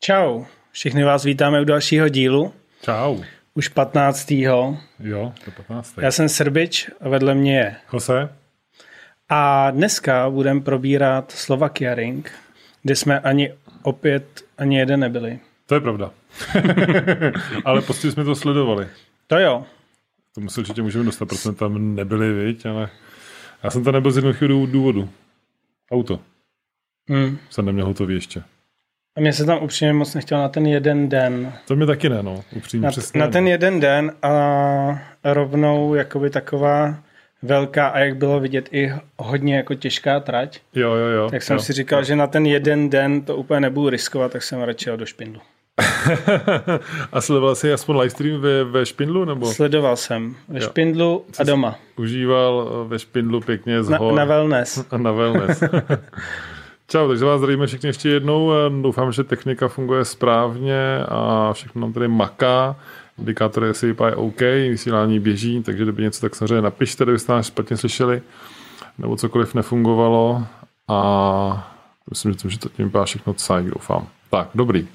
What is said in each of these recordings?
Čau, všichni vás vítáme u dalšího dílu. Čau. Už 15. Jo, to 15. Já jsem Srbič a vedle mě je Jose. A dneska budeme probírat Slovakia Ring, kde jsme ani jeden nebyli. To je pravda. Ale prostě jsme to sledovali. To jo. To se určitě můžeme dostat, protože jsme tam nebyli, viď, ale já jsem tam nebyl z jednoduchého důvodu. Auto. Jsem neměl hotový ještě. A mě se tam upřímně moc nechtěl na ten jeden den. To mě taky ne, no. Upřímně přesně. Na ten jeden den a rovnou jakoby taková velká a jak bylo vidět i hodně jako těžká trať. Jo. Tak jsem si říkal, že na ten jeden den to úplně nebudu riskovat, tak jsem radši jel do Špindlu. A sledoval jsi aspoň livestream ve Špindlu? Nebo? Sledoval jsem ve Špindlu a doma. Užíval ve Špindlu pěkně z hor. Na wellness. Na wellness. Čau, takže vás zdravíme všichni ještě jednou. Doufám, že technika funguje správně a všechno nám tady maká. Indikátory si vypadají OK, vysílání běží, takže kdyby něco, tak samozřejmě napište, kdybyste nás špatně slyšeli, nebo cokoliv nefungovalo. A myslím, že to tím vypadá všechno cajk, doufám. Tak, dobrý.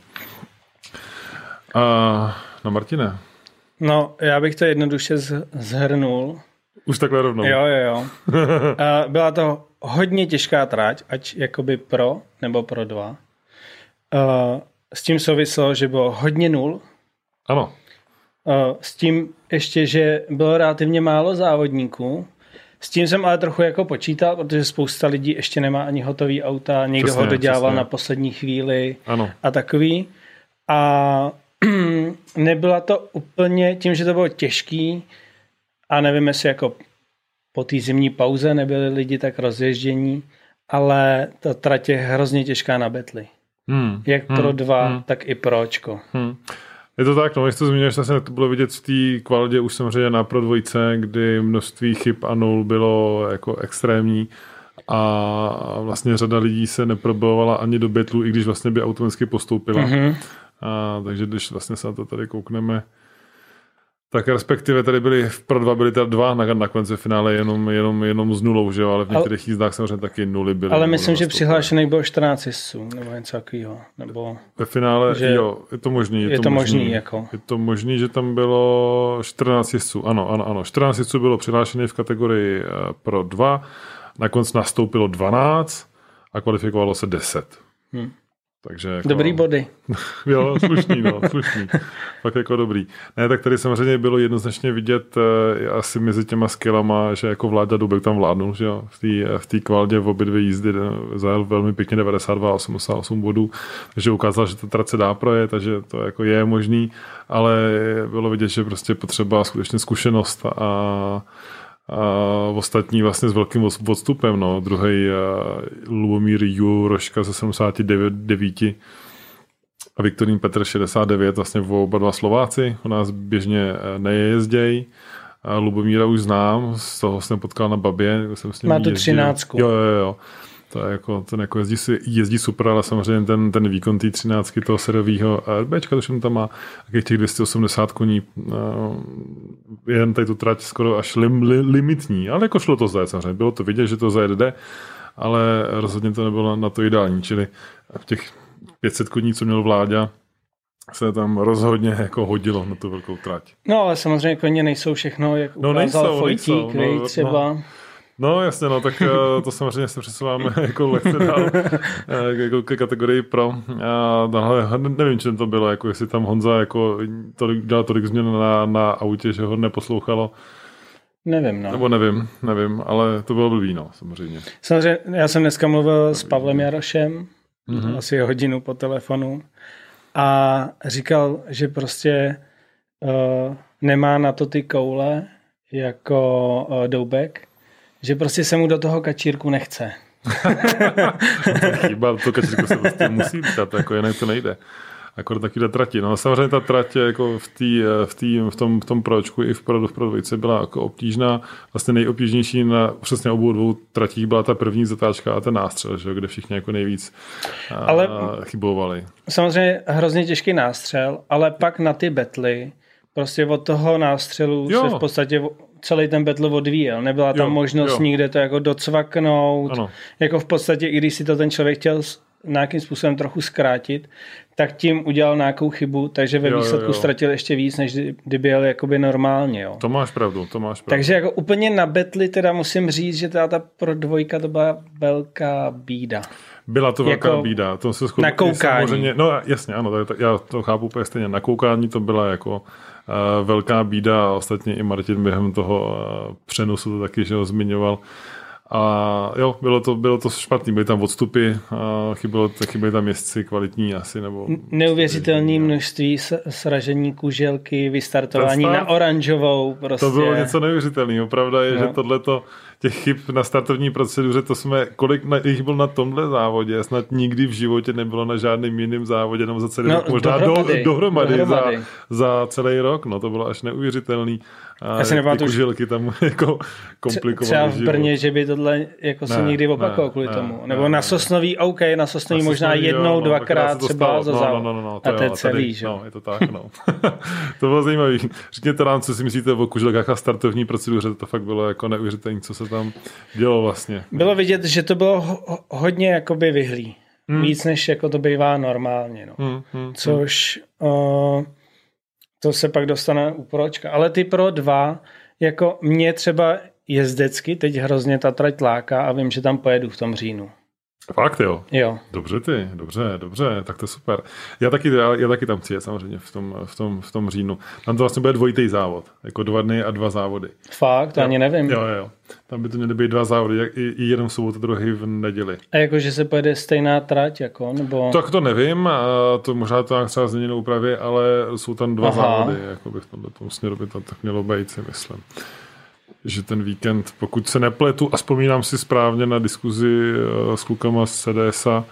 No Martine. No, já bych to jednoduše zhrnul. Už takhle rovnou. Jo. Byla to hodně těžká trať, ať jakoby pro nebo pro dva. S tím souvislo, že bylo hodně nul. Ano. S tím ještě, že bylo relativně málo závodníků. S tím jsem ale trochu jako počítal, protože spousta lidí ještě nemá ani hotový auta, někdo ho dodělával na poslední chvíli. Ano. A takový. A nebyla to úplně tím, že to bylo těžký a nevím, jestli jako po té zimní pauze nebyli lidi tak rozježdění, ale ta trať je hrozně těžká na betly. Jak pro dva, tak i pro očko. Je to tak, no, jestli to zmínil, že to bylo vidět v té kvalitě už samozřejmě na Pro dvojce, kdy množství chyb a nul bylo jako extrémní a vlastně řada lidí se neprobovala ani do betlu, i když vlastně by automaticky postoupila. Takže když vlastně se na to tady koukneme, tak respektive tady byli v Pro 2 byli teda dva na konci finále jenom s nulou, že jo, ale v některých jízdách samozřejmě taky nuly byly. Ale myslím, že přihlášených bylo 14 jezdců, nebo něco takového. Nebo ve finále, jo, je to možný. Je to možný, jako. Je to možný, že tam bylo 14 jezdců, ano. 14 jezdců bylo přihlášených v kategorii Pro 2, nakonec nastoupilo 12 a kvalifikovalo se 10. Takže jako, dobrý body. Jo, slušný. Fakt jako dobrý. Ne, tak tady samozřejmě bylo jednoznačně vidět asi mezi těma skillama, že jako Vláďa Dubek tam vládnul, že jo, v té kvalitě v obě dvě jízdy zajel velmi pěkně 92 a 88 bodů, takže ukázal, že to trať se dá projet, takže to jako je možný, ale bylo vidět, že prostě potřeba skutečně zkušenost a ostatní vlastně s velkým odstupem. No. Druhý Lubomír Juroška ze 79 a Viktorín Petr 69, vlastně oba dva Slováci, u nás běžně nejezdějí. Lubomíra už znám, z toho jsem potkal na Babě. Má tu 13. Jo. To je jako, ten jako jezdí super, ale samozřejmě ten výkon té 13 toho seriového Bčka, to tam má těch 280 koní, jen tady tu trať skoro až limitní, ale jako šlo to zajet samozřejmě, bylo to vidět, že to zajet jde, ale rozhodně to nebylo na to ideální, čili v těch 500 koní, co měl Vláďa, se tam rozhodně jako hodilo na tu velkou trať. No ale samozřejmě koně nejsou všechno, jak ukázal Fojtík, třeba. No jasně, no, tak to samozřejmě se přesouváme jako lehce dál jako ke kategorii pro. Nevím, čem to bylo, jako jestli tam Honza jako dělal tolik změn na autě, že ho neposlouchalo. Nevím, no. Nebo nevím, ale to bylo blbý, no, samozřejmě. Samozřejmě, já jsem dneska mluvil s Pavlem Jarošem, asi hodinu po telefonu a říkal, že prostě nemá na to ty koule jako Doubek, že prostě se mu do toho kačírku nechce. Chyba, to kačírku se prostě musí dát, jako jinak to nejde. Akorát taky trati. No samozřejmě ta trať jako v tom pročku i v Pro dvojce byla jako obtížná. Vlastně nejobtížnější na přesně obou dvou tratích byla ta první zatáčka a ten nástřel, že, kde všichni jako nejvíc chybovali. Samozřejmě hrozně těžký nástřel, ale pak na ty betly prostě od toho nástřelu se v podstatě celý ten battle odvíjel. Nebyla tam možnost nikde to jako docvaknout. Ano. Jako v podstatě, i když si to ten člověk chtěl nějakým způsobem trochu zkrátit, tak tím udělal nějakou chybu, takže ve výsledku ztratil ještě víc, než kdyby jel jakoby normálně. Jo. To máš pravdu. Takže jako úplně na betli teda musím říct, že ta Pro 2 to byla velká bída. Byla to velká bída. To se na koukání. Samozřejmě, no jasně, ano, já to chápu úplně stejně. Na koukání to byla jako velká bída, ostatně i Martin během toho přenosu to taky, že ho zmiňoval. A jo, bylo to špatný, byly tam odstupy, chyběly tam jezdci kvalitní asi, nebo... Neuvěřitelné množství sražení kuželky, vystartování na oranžovou, prostě. To bylo něco neuvěřitelného. Pravda je, že tohleto, těch chyb na startovní proceduře, to jsme, kolik jich bylo na tomhle závodě, snad nikdy v životě nebylo na žádném jiném závodě, jenom za celý rok, možná dohromady. Za celý rok, no to bylo až neuvěřitelný. A ty kuželky tam jako komplikovaly. Třeba v Brně, že by tohle jako se nikdy opakovalo kvůli tomu. Nebo na Sosnový, na Sosnový možná jednou, dvakrát třeba za závod. A to je celý, že? No, je to tak, no. To bylo zajímavé. Řekněte nám, co si myslíte o kuželkách a startovní proceduře, to fakt bylo jako neuvěřitelné, co se tam dělo vlastně. Bylo vidět, že to bylo hodně jakoby vyhlý. Víc, než jako to bývá normálně, no. Což... to se pak dostane u Pročka. Ale ty Pro 2, jako mě třeba jezdecky teď hrozně ta trať láká a vím, že tam pojedu v tom říjnu. Fakt jo? Jo. Dobře, tak to je super. Já taky tam chci samozřejmě v tom říjnu. Tam to vlastně bude dvojitý závod, jako 2 dny a 2 závody. Fakt? To ani nevím. Jo. Tam by to měly být 2 závody, i jeden v sobotu, druhý v neděli. A jakože se pojede stejná trať, jako, nebo... Tak to nevím, to možná to třeba změněno úpravě, ale jsou tam 2 závody, jako by v tomto směru by to tak mělo být, si myslím. Že ten víkend, pokud se nepletu a vzpomínám si správně na diskuzi s klukama z CDSa,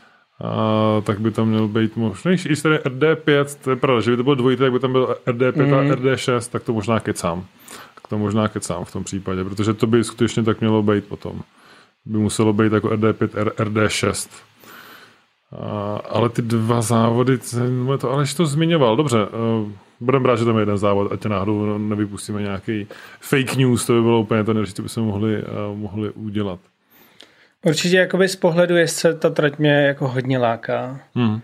tak by tam měl být možná i RD5, to je pravda, že by to bylo dvojité, tak by tam byl RD5 a RD6, tak to možná kecám. V tom případě, protože to by skutečně tak mělo být potom. By muselo být jako RD5, RD6. Ale ty 2 závody, to Aleš to zmiňoval, dobře, budeme brát, že tam je jeden závod, ať náhodou nevypustíme nějaký fake news, to by bylo úplně to nejlepší, co bychom mohli udělat. Určitě jakoby z pohledu jezdce ta trať mě jako hodně láká.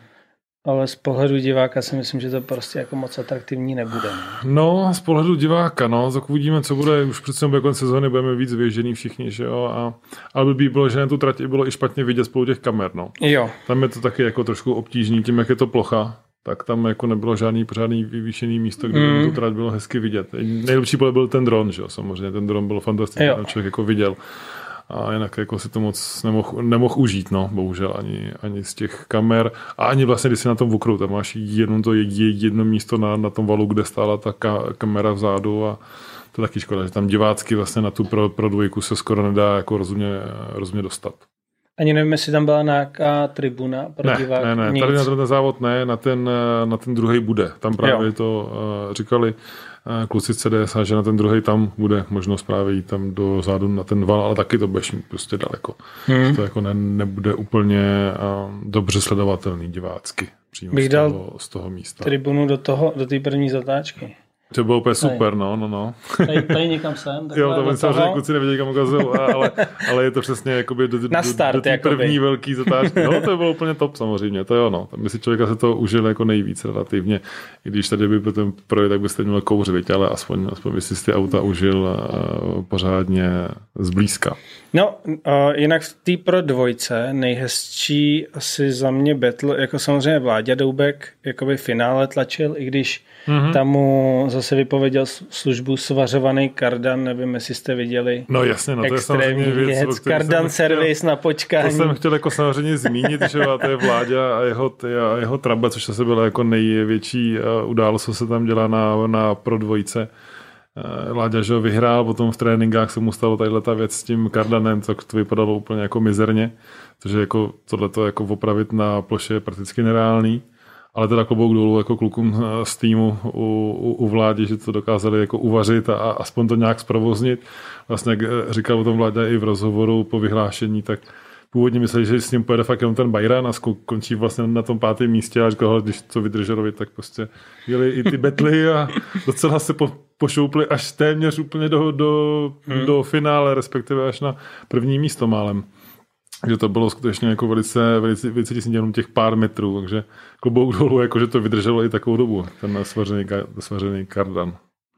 Ale z pohledu diváka si myslím, že to prostě jako moc atraktivní nebude. No, z pohledu diváka, tak uvidíme, co bude. Už přece do konce sezóny budeme víc vyježděný všichni, že jo. Ale by bylo, že na tu trati bylo i špatně vidět spolu těch kamer, no. Jo. Tam je to taky jako trošku obtížný, tím, jak je to plocha, tak tam jako nebylo žádný vyvýšený místo, kde by tu trať bylo hezky vidět. Nejlepší pole byl ten dron, že jo, samozřejmě. Ten dron byl fantastický, ten člověk jako viděl. A jinak jako si to moc nemohl užít, no, bohužel ani z těch kamer. A ani vlastně, když si na tom okruhu, tam máš jenom to jedno místo na tom valu, kde stála ta kamera vzadu a to je taky škoda, že tam divácky vlastně na tu pro 2 se skoro nedá jako rozumně dostat. Ani nevím, jestli tam byla nějaká tribuna pro diváky. Ne, tady na ten závod ne, na ten druhý bude. Tam právě to říkali kluci z CDS, že na ten druhý tam bude možnost právě jít tam do zádu na ten val, ale taky to budeš prostě daleko. To jako nebude úplně dobře sledovatelný divácky přímo z toho místa. Tribunu do té první zatáčky. To bylo úplně super, no. Tady někam sem. Jo, to samozřejmě kluci nevěděli, kam ukazují, ale je to přesně jakoby do té první velký zatáčky. No, to bylo úplně top samozřejmě, to jo, no. Tam by si člověka se to užil jako nejvíc relativně. I když tady by potom projekt, tak byste měl kouřit, ale aspoň by si ty auta užil pořádně zblízka. No, jinak v té Pro 2 nejhezčí asi za mě battle, jako samozřejmě Vláďa Doubek, jakoby finále tlačil, i když tam mu zase vypověděl službu svařovaný kardan, nevím, jestli jste viděli. No jasně, no to je samozřejmě věc, kardan servis na počkání. To jsem chtěl jako samozřejmě zmínit, že to je Vláďa a jeho Tramba, což se byla jako největší událost, co se tam dělá na Pro 2. Vláďa, že ho vyhrál, potom v tréninkách se mu stalo tadyhleta věc s tím kardanem, to vypadalo úplně jako mizerně, protože jako tohleto jako opravit na ploše je prakticky nereálný. Ale teda klobouk dolů jako klukům z týmu u Vládi, že to dokázali jako uvařit a aspoň to nějak zprovoznit. Vlastně jak říkal o tom Vláďa i v rozhovoru po vyhlášení, tak původně mysleli, že s ním pojede fakt jenom ten Bayern a končí vlastně na tom 5. místě a říkal, když to vydrželi, tak prostě jeli i ty betly a docela se pošoupli až téměř úplně do finále, respektive až na první místo málem. že to bylo skutečně jako velice těsně, jenom těch pár metrů, takže klobouk dolů, jako že to vydrželo i takovou dobu, ten svařený kardan.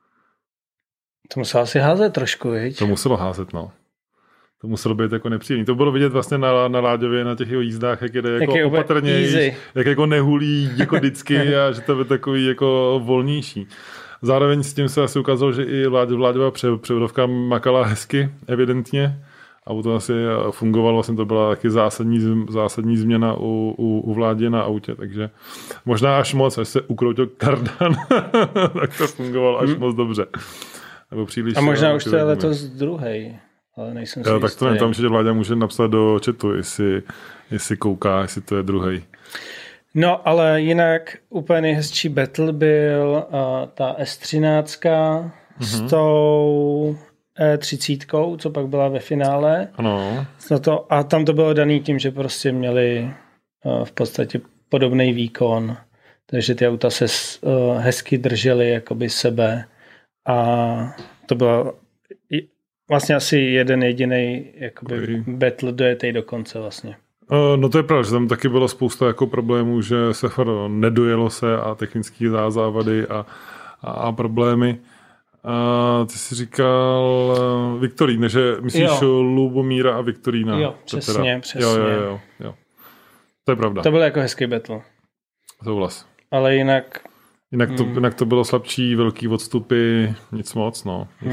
To muselo asi házet trošku, viď? To muselo házet, no. To muselo být jako nepříjemný. To bylo vidět vlastně na Láďově, na těch jeho jízdách, jak jde jako opatrně, jak jako nehulí jako vždycky a že to je takový jako volnější. Zároveň s tím se asi ukázalo, že i Láďová převodovka makala hezky, evidentně. A to asi fungovalo, vlastně to byla taky zásadní změna u Vládě na autě, takže možná až moc, až se ukroutil kardan, tak to fungovalo až moc dobře. Nebo příliš. A možná už to je letos druhej, ale nejsem si jistý. Tak to nevím, tam určitě Vláďa může napsat do chatu, jestli kouká, jestli to je druhej. No, ale jinak úplně nejhezčí battle byl ta S13 s tou E30, co pak byla ve finále. Ano. A tam to bylo daný tím, že prostě měli v podstatě podobný výkon, takže ty auta se hezky držely jakoby sebe a to bylo vlastně asi jeden jediný jakoby battle dojetej do konce vlastně. No to je pravda, že tam taky bylo spousta jako problémů, že se nedojelo se a technické závady a problémy. A ty jsi říkal Viktorín, že myslíš Lubomíra a Viktorína. Jo, přesně. Jo. To je pravda. To byl jako hezký battle. Souhlas. Ale jinak to bylo slabší, velký odstupy, nic moc.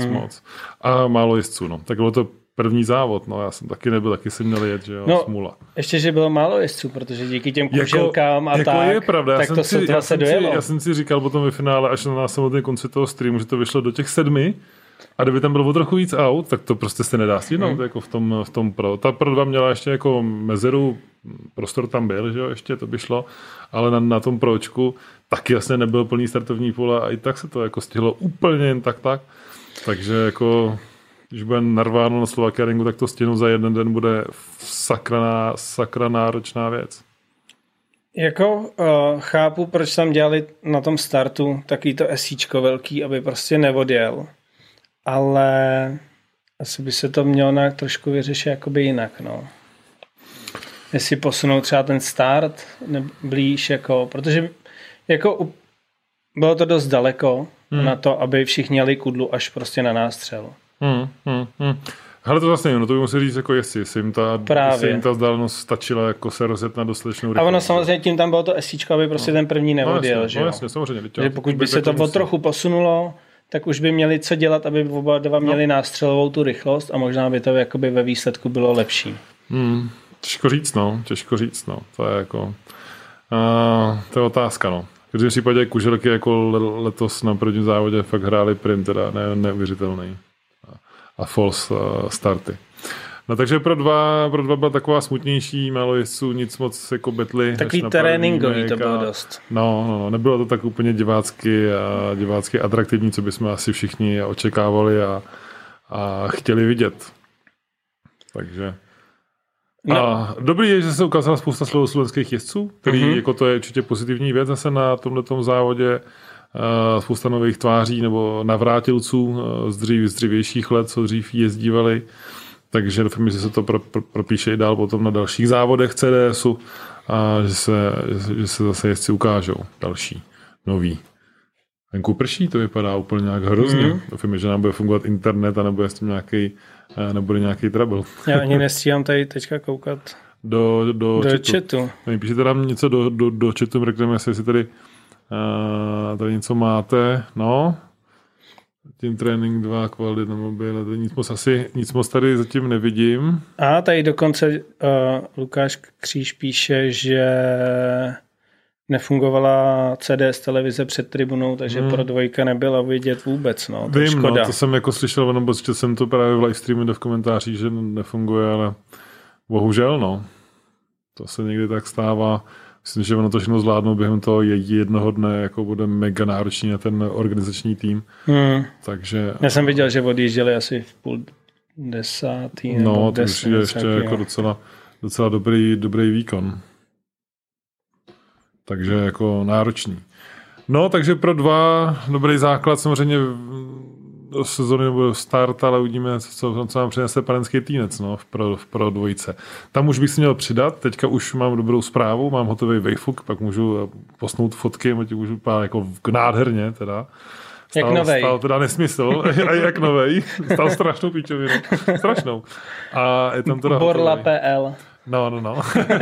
A málo jezdců, no. Tak bylo to první závod, no. Já jsem taky nebyl, taky jsem měl jet, že jo, smůla. Ještě, že bylo málo jezdců, protože díky těm kuželkám a tak, je pravda. Tak to sotva se dojelo. Já jsem si říkal potom ve finále, až na samotné konci toho streamu, že to vyšlo do těch 7, a kdyby tam bylo o trochu víc aut, tak to prostě se nedá stihnout, jako v tom Pro. Ta Pro 2 měla ještě jako mezeru, prostor tam byl, že jo, ještě to by šlo, ale na tom Pročku taky jasně nebyl plný startovní pole a i tak se to jako stihlo úplně jen tak. Takže jako, když bude narváno na Slovakia Ringu, tak to stihnout za jeden den bude sakra náročná věc. Jako chápu, proč tam dělali na tom startu takový to SIčko velký, aby prostě neodjel. Ale asi by se to mělo nějak trošku vyřešit jakoby jinak, no. Jestli posunou třeba ten start blíž, jako, protože jako bylo to dost daleko na to, aby všichni jeli kudlu až prostě na nástřel. Hele, to vlastně, no to by musel říct, jako jestli jim ta vzdálenost stačila jako se rozjet na dostatečnou rychlost. A ono samozřejmě tím tam bylo to SIčko, aby prostě ten první neodjel, že jo? Jasně, samozřejmě. Takže pokud by se to o trochu posunulo, tak už by měli co dělat, aby oba dva měli nástřelovou tu rychlost a možná by to jakoby ve výsledku bylo lepší. Těžko říct, no. To je jako to je otázka, no. V každém případě kuželky jako letos na prvním závodě fakt hráli prim, teda neuvěřitelný. A false starty. No takže pro dva byla taková smutnější, málo jezdců, nic moc jako betly. Takový tréninkový to bylo dost. No, nebylo to tak úplně divácky atraktivní, co bychom asi všichni očekávali a chtěli vidět. Takže a dobrý je, že se ukázala spousta slovenských jezdců, který jako to je určitě pozitivní věc zase na tomhletom závodě. Spousta nových tváří nebo navrátilců z dřívějších let, co dřív jezdívali. Takže doufám, že se to propíše i dál potom na dalších závodech CDSu a že se zase jezdci ukážou další, nový. Venku prší, to vypadá úplně nějak hrozně. Doufám, že nám bude fungovat internet a nebude nějaký trouble. Já ani nestíhám tady teďka koukat do chatu. Píšete nám něco do chatu, řekneme, jestli tady něco máte. No, Team Training 2, kvality na mobile, nic moc tady zatím nevidím. A tady dokonce Lukáš Kříž píše, že nefungovala CDS televize před tribunou, takže Pro 2 nebyla vidět vůbec. No, to vím, to jsem jako slyšel, nebo jsem to právě v livestreamu v komentářích, že nefunguje, ale bohužel, no. To se někdy tak stává. Myslím, že ono to všechno zvládnou během toho jednoho dne, jako bude mega náročný na ten organizační tým. Takže, já jsem viděl, že odjížděli asi v 9:30. No, to už je ještě jako docela dobrý výkon. Takže jako náročný. No, takže pro 2 dobrý základ, samozřejmě do sezóny nebo start, ale uvidíme, co nám přinese panenský týnec, no, pro dvojice. Tam už bych si měl přidat, teďka už mám dobrou zprávu, mám hotový wayfook, pak můžu posnout fotky, už vypadá jako nádherně teda. Jak novej. Stál teda nesmysl, a jak novej. Stál strašnou píčovinu. Strašnou. A je tam teda Borla.pl. No.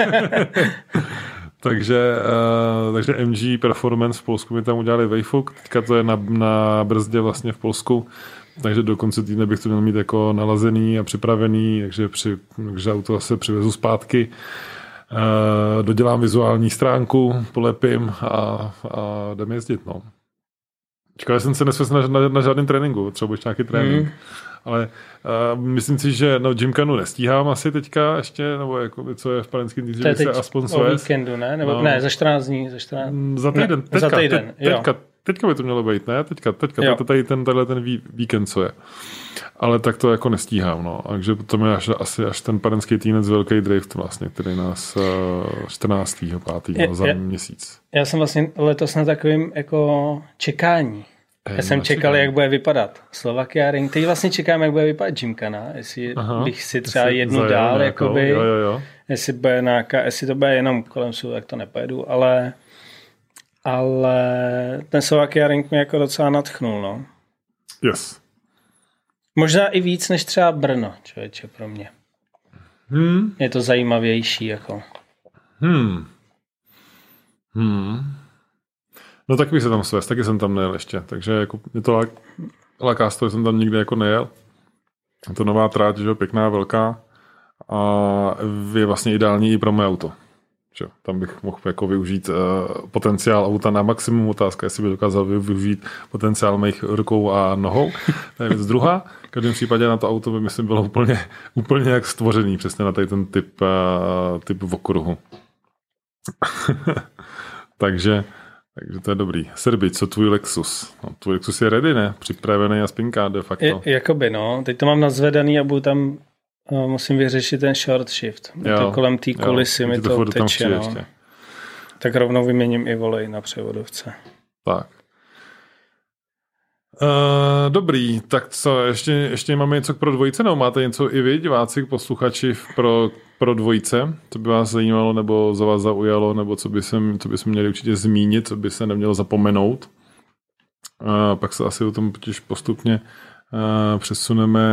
takže MG Performance v Polsku mi tam udělali wayfook. Teďka to je na brzdě vlastně v Polsku. Takže do konce týdne bych to měl mít jako nalazený a připravený, takže auto se přivezu zpátky. Dodělám vizuální stránku, polepím a jdeme jezdit, no. Čekal jsem se nesvět na žádném tréninku, třeba ještě nějaký trénink, ale myslím si, že Gymkhanu nestíhám asi teďka ještě, nebo jako, co je v panenském týdnu, že se aspoň o víkendu, ne? Nebo ne, za 14 dní. Za týden. Ne, za týden, teďka by to mělo být, ne? Teďka tady ten víkend, co je. Ale tak to jako nestíhám, no. Takže to je až ten panenský týdnec velký drift vlastně, který nás 14.5. za měsíc. Já jsem vlastně letos na takovým jako čekání. Já jsem čekal, jak bude vypadat Slovakia Ring. Teď vlastně čekám, jak bude vypadat Gymkhana, jestli bych si třeba jednu dál, jakoby, jo. Jestli to bude jenom kolem sůl, tak to nepojedu, ale ten Slovakia Ring mě jako docela nadchnul, no. Yes. Možná i víc než třeba Brno, člověče, pro mě. Je to zajímavější, jako. No tak bych se tam svést, taky jsem tam nejel ještě, takže jako mě to láká z toho, jsem tam nikdy jako nejel. Je to nová tráť, že jo, pěkná, velká a je vlastně ideální i pro moje auto. Že? Tam bych mohl jako využít potenciál auta na maximum. Otázka, jestli by dokázal využít potenciál mých rukou a nohou. To je věc druhá. V každém případě na to auto by, myslím, bylo úplně jak stvořený přesně na tady ten typ okruhu. takže to je dobrý. Serbi, co tvůj Lexus? No, tvůj Lexus je ready, ne? Připravený a spinká de facto. Jakoby, no. Teď to mám nazvedaný a budu tam musím vyřešit ten short shift. To kolem té kulisy mi to teče. No. Tak rovnou vyměním i volej na převodovce. Tak. Dobrý, tak co, ještě máme něco pro dvojice, nebo máte něco i vy, diváci, posluchači pro dvojice, co by vás zajímalo, nebo za vás zaujalo, nebo co by jsme měli určitě zmínit, co by se nemělo zapomenout. Pak se asi o tom totiž postupně přesuneme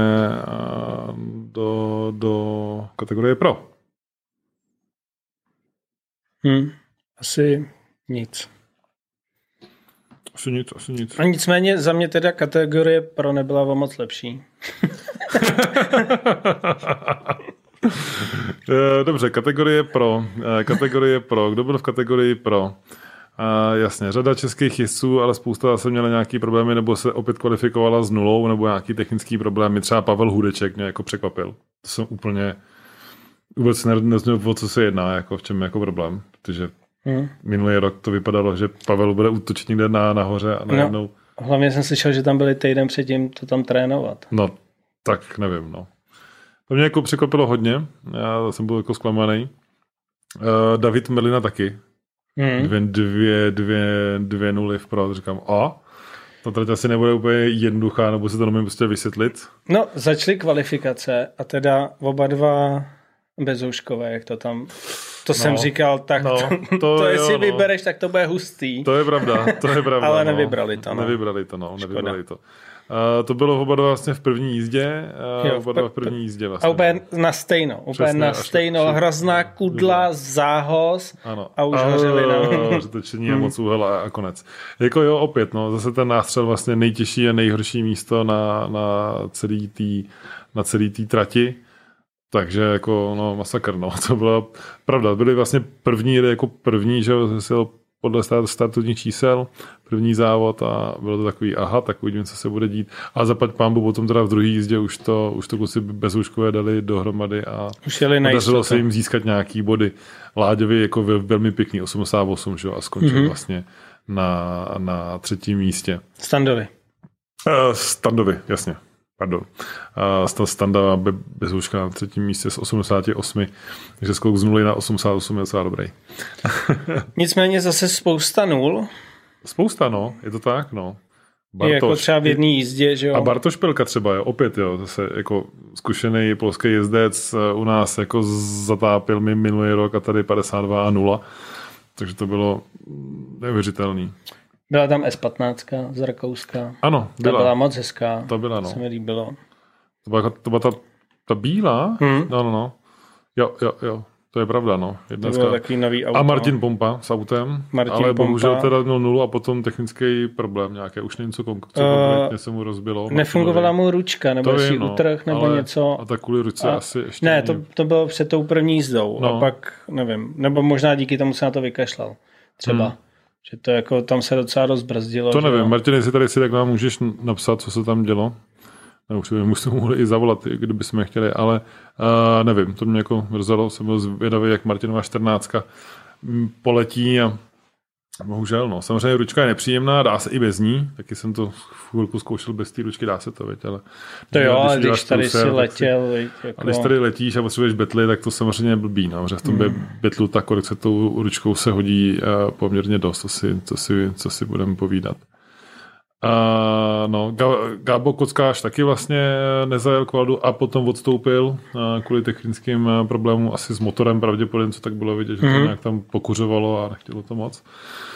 do kategorie Pro. Asi nic. Asi nic. A nicméně za mě teda kategorie Pro nebyla o moc lepší. Dobře, kategorie Pro. Kdo byl v kategorii Pro? Jasně, řada českých jezdců, ale spousta zase měla nějaký problémy, nebo se opět kvalifikovala s nulou, nebo nějaký technický problémy. Třeba Pavel Hudeček mě jako překvapil. To jsem vůbec neznal, o co se jedná, jako v čem je jako problém. Protože minulý rok to vypadalo, že Pavel bude útočit někde nahoře a najednou... No, hlavně jsem slyšel, že tam byli týden předtím to tam trénovat. No, tak nevím, no. To mě jako překvapilo hodně. Já jsem byl jako zklamaný. David Merlina taky. Dvě nuly v Pro. Říkám, to teď asi nebude úplně jednoduchá, nebo si to nemůžu prostě vysvětlit. No, začaly kvalifikace a teda oba dva bezouškové, jak to tam... To jsem říkal, tak to jestli vybereš, tak to bude hustý. To je pravda. Ale nevybrali to. Nevybrali to. To bylo oba dva vlastně v první jízdě. A úplně na stejno. Hrozná kudla, zához a už hořeli na... Řetočení a moc úhel a konec. Jako jo, opět, zase ten nástřel vlastně nejtěžší a nejhorší místo na celý té trati. Takže jako, masakr, to byla pravda. Byli vlastně první, že podle startovních čísel, první závod a bylo to takový, tak uvidíme, co se bude dít. A zaplať pánbu potom teda v druhé jízdě už to kluci bezúškové dali dohromady a podařilo se jim získat nějaký body. Láďovi jako velmi pěkný, 88, že? A skončil vlastně na třetím místě. Standovi, jasně. Pardon. Standa bezúška na třetím místě z 88, takže skok z 0 na 88 je docela dobrý. Nicméně zase spousta nul. Spousta, je to tak, Bartoš. Jako třeba v jedné jízdě, že jo. A Bartoš Pelka třeba, jo, opět, jo, zase jako zkušený polský jezdec u nás jako zatápil mi minulý rok a tady 52-0, takže to bylo neuvěřitelný. Byla tam S15 z Rakouska. Ano, byla. Ta byla moc hezká. To byla, no. Se mi líbilo. To byla ta bílá? No. Jo. To je pravda, no. To bylo takový nový auto. A Martin Pompa s autem, ale bohužel teda měl 0 a potom technický problém nějaké. Už nevím, co konkrétně se mu rozbilo. Nefungovala mu ručka, nebo si utrh, nebo něco. A tak kvůli ruce asi ještě... Ne, to bylo před tou první jízdou. No. A pak, nevím, nebo možná díky tomu se na to vykašlal. Třeba. Že to jako tam se docela rozbrzdilo. To nevím, Martin, jestli tady si tak nám můžeš napsat, co se tam dělo. Už musím mohli i zavolat, kdybychom chtěli, ale nevím, to mě jako mrzelo, jsem byl zvědavý, jak Martinová 14 poletí a bohužel, no. Samozřejmě ručka je nepříjemná, dá se i bez ní, taky jsem to chvilku zkoušel bez té ručky, dá se to, viď, ale... To jo, ale když tady si letěl, jako... A když tady letíš a potřebuješ betly, tak to samozřejmě je blbý, no, že v tom betlu ta korekce tou ručkou se hodí poměrně dost, co si budeme povídat. No, Gábo Kockář taky vlastně nezajel kvaldu a potom odstoupil kvůli technickým problémům asi s motorem pravděpodobně, co tak bylo vidět, že to nějak tam pokuřovalo a nechtělo to moc.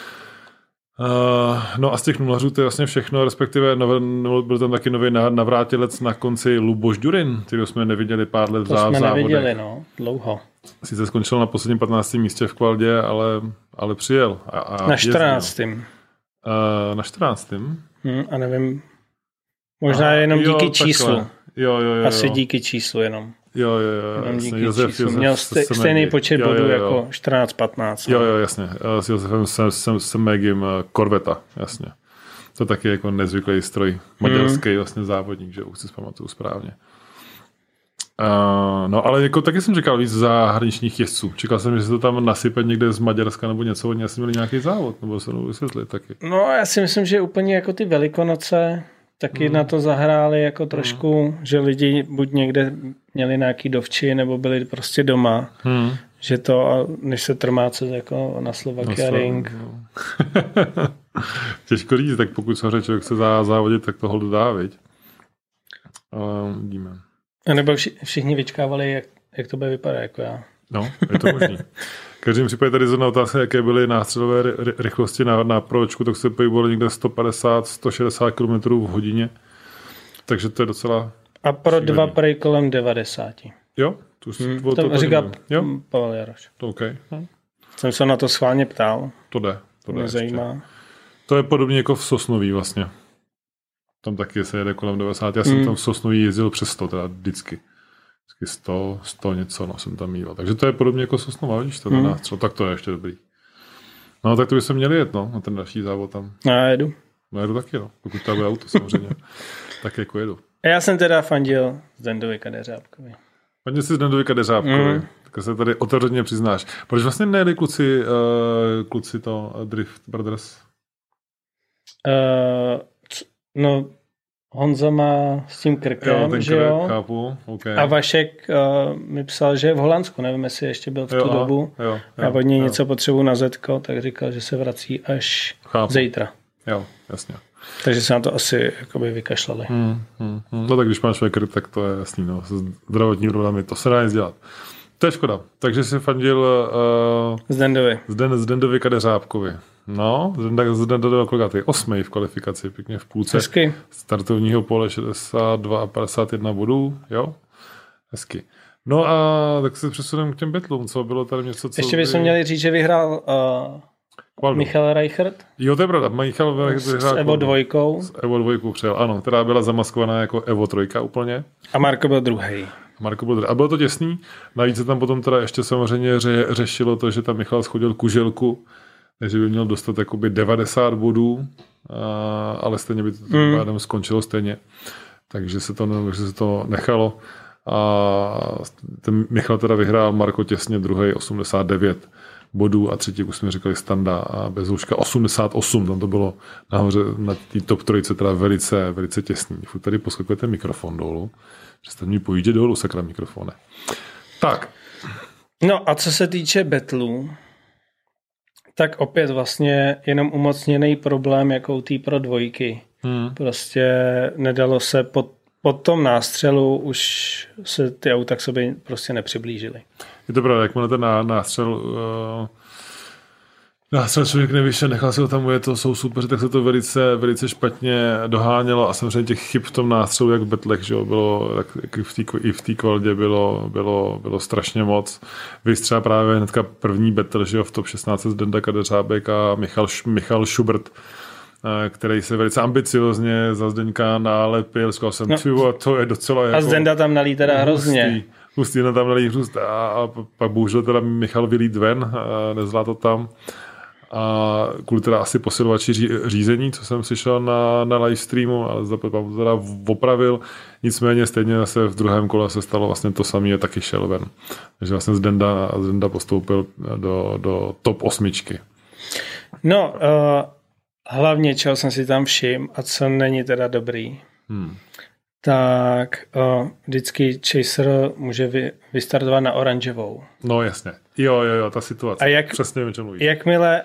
No a z těch nulařů to je vlastně všechno, respektive byl tam taky nový navrátilec na konci Luboš Durin, kterého jsme neviděli pár let v závodech. To jsme neviděli, no, dlouho. Sice skončil na posledním 15. místě v kvaldě, ale přijel. Na 14. Na 14. A nevím, možná jenom díky číslu. Jo. Asi díky číslu jenom. Jo. Josef měl stejný počet bodů jako 14-15. Jo, jasně. S Josefem Semegim Korveta, jasně. To taky jako nezvyklý stroj. Maďarský vlastně závodník, že už si zpamatuju správně. No, ale jako taky jsem čekal víc zahraničních jezdců. Čekal jsem, že se to tam nasype někde z Maďarska nebo něco, oni asi měli nějaký závod, nebo se to vysvětlit taky. No, já si myslím, že úplně jako ty Velikonoce taky na to zahráli jako trošku, že lidi buď někde měli nějaký dovči, nebo byli prostě doma. Že to, než se trmáce jako na Slovakia Ring. No. Těžko říct, tak pokud se člověk chce závodit, tak toho dodá, viď? Ale vidíme. A nebo všichni vyčkávali, jak to bude vypadat, jako já. No, je to možný. V každém případě tady zrovna otázka, jaké byly nástřelové rychlosti na pročku, tak se pohybovalo někde 150-160 km v hodině. Takže to je docela... A pro šílený. 2 prej kolem 90. Jo? To říká Pavel Jaroš. Okay. Jsem se na to schválně ptal. To jde. Mě zajímá. To je podobně jako v Sosnoví vlastně. Tam taky se jede kolem 90. Já jsem tam v Sosnoví jezdil přes 100, teda vždycky 100 něco, no, jsem tam mýval. Takže to je podobně jako Sosnova, vidíš, to nástřel, tak to je ještě dobrý. No, tak to by se měli jet, no, na ten další závod tam. Já jedu. No, jedu taky, no, pokud tam bude auto, samozřejmě. Tak jako jedu. Já jsem teda fandil Zdendovi Kadeřábkovi. Fandil jsi Zdendovi Kadeřábkovi, tak se tady otevřeně přiznáš. Proč vlastně nejeli kluci to Drift Brothers? No, Honza má s tím krkem, že jo? Chápu, okay. A Vašek mi psal, že je v Holandsku, nevím, jestli ještě byl v tu dobu. Já od něj něco potřebuji na Zetko, tak říkal, že se vrací až zítra. Jo, jasně. Takže se na to asi jakoby vykašlali. No tak když máš krk, tak to je jasný, no. Zdravotní problémy, to se dá nic dělat. To je škoda. Takže jsi fandil Zdendovi Kadeřábkovi. No, Zdendovi kolikátej? 8. v kvalifikaci, pěkně v půlce. Hezky. Startovního pole 62 a 51 bodů, jo? Hezky. No a tak se přesuneme k těm betlům, co bylo tady něco, co... Ještě bychom měli říct, že vyhrál Michal Reichert. Jo, to je pravda. Michal Reichert vyhrál s Evo 2. S Evo 2 přijel, ano, která byla zamaskovaná jako Evo 3 úplně. A Marko byl druhý. A bylo to těsný. Navíc se tam potom teda ještě samozřejmě řešilo to, že tam Michal schodil kuželku, že by měl dostat jakoby 90 bodů, ale stejně by to pádem skončilo stejně. Takže se to nechalo. A ten Michal teda vyhrál, Marko těsně druhý 89 bodů a třetí, už jsme říkali, Standa a Bezouška 88. Tam to bylo nahoře na té top 3 teda velice, velice těsný. Furt tady poskakuje ten mikrofon dolů. Přestaň mi pojíždět dolů, sakra mikrofone. Tak. No a co se týče betlů, tak opět vlastně jenom umocněný problém jako tý pro dvojky. Prostě nedalo se po tom nástřelu už se ty auta k sobě prostě nepřiblížily. Je to pravda, jakmile ten nástřel člověk nevyšel, nechal si ho tam ujet, to jsou super, tak se to velice, velice špatně dohánělo a samozřejmě těch chyb v tom nástřelu, jak v betlech, že jo, bylo, tak i v té kvaldě bylo strašně moc. Vystřela právě hnedka první betl, že jo, v top 16 z Denda Kadeřábek a Michal Schubert, který se velice ambiciozně za Zdeňka nálepil, říkal jsem, to je docela jako... A Zdenda tam nalí teda hrozně. Hustý na tam nalí hrůst a pak bohužel teda Michal vylít ven, nezvládl to tam. A kvůli teda asi posilovači řízení, co jsem slyšel na livestreamu, ale to teda opravil. Nicméně stejně zase v druhém kole se stalo vlastně to samé a taky šel ven. Takže vlastně Zdenda postoupil do top 8. No, hlavně, čeho jsem si tam všiml a co není teda dobrý, tak vždycky Chaser může vystartovat na oranžovou. No jasně. Jo, ta situace. A přesně o čem mluvíš. Jakmile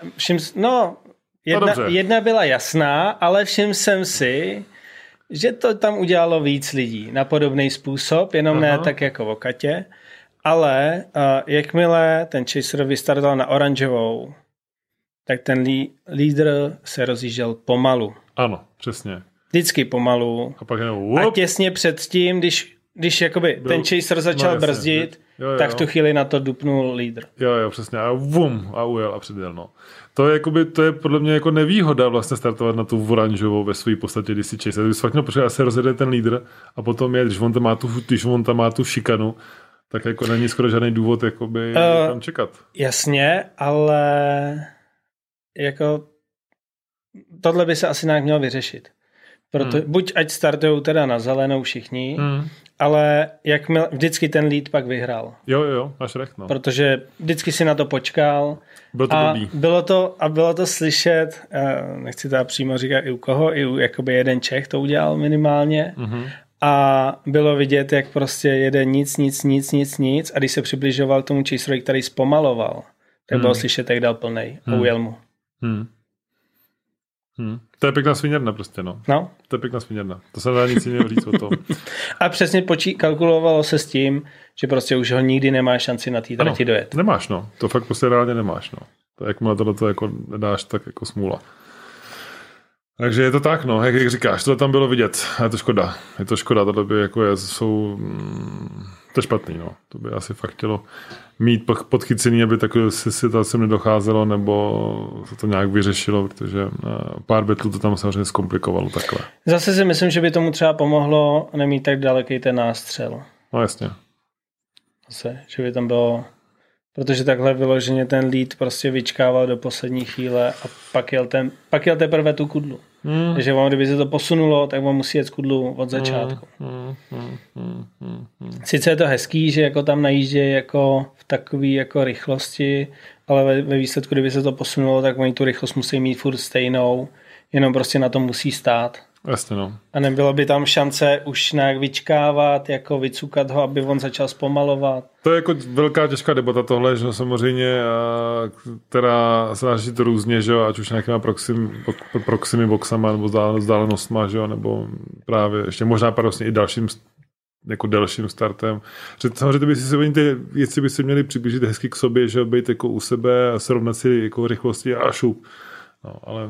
jedna byla jasná, ale všiml jsem si, že to tam udělalo víc lidí na podobný způsob, jenom ne tak jako v Okatě, ale jakmile ten Chaser vystartoval na oranžovou, tak ten lídr se rozjížděl pomalu. Ano, přesně. Vždycky pomalu. A těsně předtím, když jakoby ten Chaser začal brzdit, tak v tu chvíli na to dupnul lídr. Jo, přesně. A ujel a předjel. No. To je podle mě jako nevýhoda vlastně startovat na tu oranžovou ve své podstatě, když si Chaser. Když fakt protože se rozjede ten lídr a potom když on tam má tu šikanu, tak jako není skoro žádný důvod jakoby tam čekat. Jasně, ale jako tohle by se asi nějak mělo vyřešit. Buď ať startujou teda na zelenou všichni, ale vždycky ten lead pak vyhrál. Jo, máš recht, no. Protože vždycky si na to počkal. Bylo to slyšet, nechci to přímo říkat i u koho, i u jakoby jeden Čech to udělal minimálně. A bylo vidět, jak prostě jede nic a když se přibližoval k tomu Chaserovi, který zpomaloval, tak bylo slyšet, jak dal plnej a ujel mu. To je pěkná sviněrna prostě, no. To je pěkná sviněrna. To se nedá nic jiného říct o tom. A přesně kalkulovalo se s tím, že prostě už ho nikdy nemáš šanci na té trati dojet. Nemáš, no. To fakt prostě reálně nemáš, no. To jakmile tohleto jako nedáš, tak jako smůla. Takže je to tak, no. Jak říkáš, to tam bylo vidět. Je to škoda. Tohle by jako to je špatný, no. To by asi fakt chtělo mít podchycený, aby takové situace nedocházelo, nebo se to nějak vyřešilo, protože pár betlů to tam samozřejmě zkomplikovalo takhle. Zase si myslím, že by tomu třeba pomohlo nemít tak daleký ten nástřel. No jasně. Zase, že by tam bylo, protože takhle vyloženě ten lead prostě vyčkával do poslední chvíle a pak jel teprve tu kudlu. Takže kdyby se to posunulo, tak on musí jet z kudlu od začátku. Sice je to hezký, že jako tam najíždějí jako v takové jako rychlosti, ale ve výsledku, kdyby se to posunulo, tak oni tu rychlost musí mít furt stejnou, jenom prostě na tom musí stát. Jasně, no. A nebylo by tam šance už nějak vyčkávat, jako vycukat ho, aby on začal zpomalovat. To je jako velká těžká debata tohle, že samozřejmě, která se dá řešit různě, že ať už nějakýma proximy boxama nebo vzdálenostma, že nebo právě ještě možná paradoxně i delším startem. Samozřejmě to by si se ty věci by se měly přiblížit hezky k sobě, že být jako u sebe a srovnat si jako rychlosti a šup. No, ale...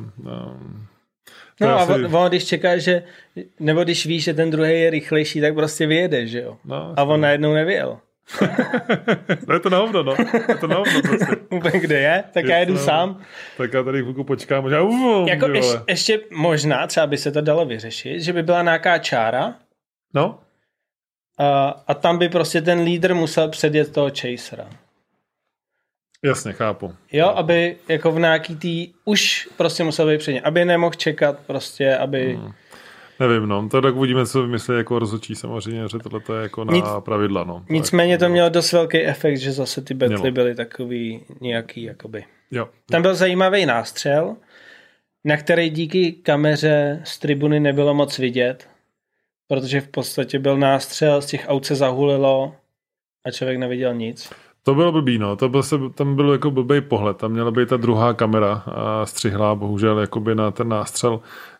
a když čekáš, nebo když víš, že ten druhý je rychlejší, tak prostě vyjede, že jo? No, a on najednou nevyjel. No je to na hovno, no. Je to na hovno prostě. Úplně kde je? Tak já jedu sám. Tak já tady chvilku počkám. Jako ještě možná, třeba by se to dalo vyřešit, že by byla nějaká čára. No. A tam by prostě ten lídr musel předjet toho Chasera. Jasně, chápu. Jo, aby jako v nějaký už prostě musel být předně, aby nemohl čekat prostě, aby... Nevím, no. To tak uvidíme, co vymyslí jako rozhodčí samozřejmě, že tohle je jako na pravidla, no. Nicméně to mělo dost velký efekt, že zase ty betly byly takový nějaký, jakoby. Jo. Tam byl zajímavý nástřel, na který díky kameře z tribuny nebylo moc vidět, protože v podstatě byl nástřel, z těch aut se zahulilo a člověk neviděl nic. To bylo blbý, no. Tam byl jako blbý pohled. Tam měla být ta druhá kamera a střihlá, bohužel, jakoby na ten nástřel,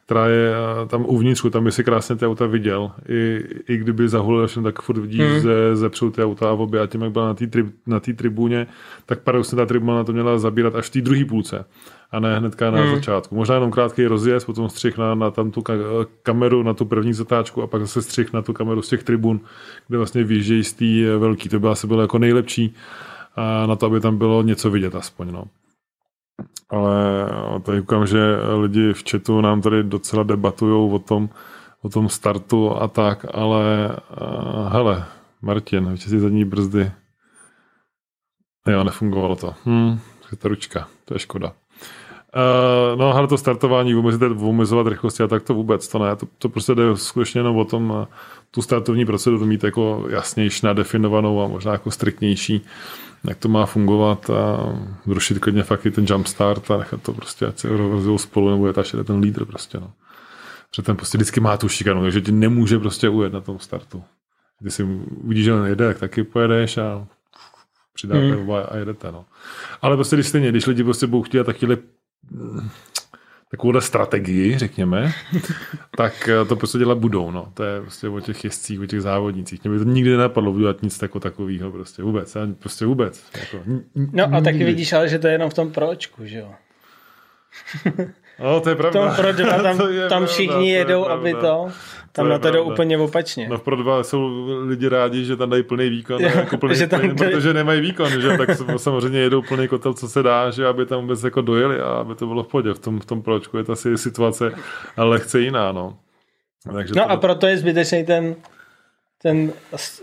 která je tam uvnitřku, tam by si krásně ty auta viděl. I kdyby zahulil, tak furt vidíš zepřou ty auta a obě a tím, jak byla na té tribuně, tak paradoxně ta tribuna to měla zabírat až v té druhé půlce a ne hnedka na začátku. Možná jenom krátký rozjezd, potom střih na tam tu kameru, na tu první zatáčku a pak zase střih na tu kameru z těch tribun, kde vlastně vyjíždějí z té velký. To by asi bylo jako nejlepší na to, aby tam bylo něco vidět aspoň. No. Ale tady koukám, že lidi v chatu nám tady docela debatujou o tom startu a tak, ale hele, Martin, vyčistí zadní brzdy. Jo, nefungovalo to. Ta ručka, to je škoda. No, ale to startování, omezovat rychlosti a tak to vůbec, to ne. To prostě jde skutečně jenom o tom, tu startovní proceduru mít jako jasnější, nadefinovanou a možná jako striktnější, jak to má fungovat a zrušit klidně fakt i ten jumpstart a nechat to prostě, ať se rozdělou spolu, nebo je tady ten lídr prostě, no. Protože ten prostě vždycky má tu šikanu, takže ti nemůže prostě ujet na tom startu. Když si uvidíš, že on jede, tak taky pojedeš a přidáte a jedete, no. Ale prostě když lidi prostě budou chtít takovouhle strategii, řekněme, tak to prostě dělat budou, no. To je prostě o těch jezdcích, o těch závodnících. Mě by to nikdy nenapadlo udělat nic takového, prostě vůbec. Prostě vůbec. Jako, no a taky vidíš, ale že to je jenom v tom pročku, že jo? No, to je pravda. Tam všichni jedou, aby to... Tam na to jdou úplně opačně. No v Pro 2 jsou lidi rádi, že tam dají plný výkon, jako protože nemají výkon, že tak samozřejmě jedou plný kotel, co se dá, že aby tam vůbec jako dojeli a aby to bylo v pohodě. V tom pročku je to asi situace lehce jiná, no. Takže no a proto je zbytečný ten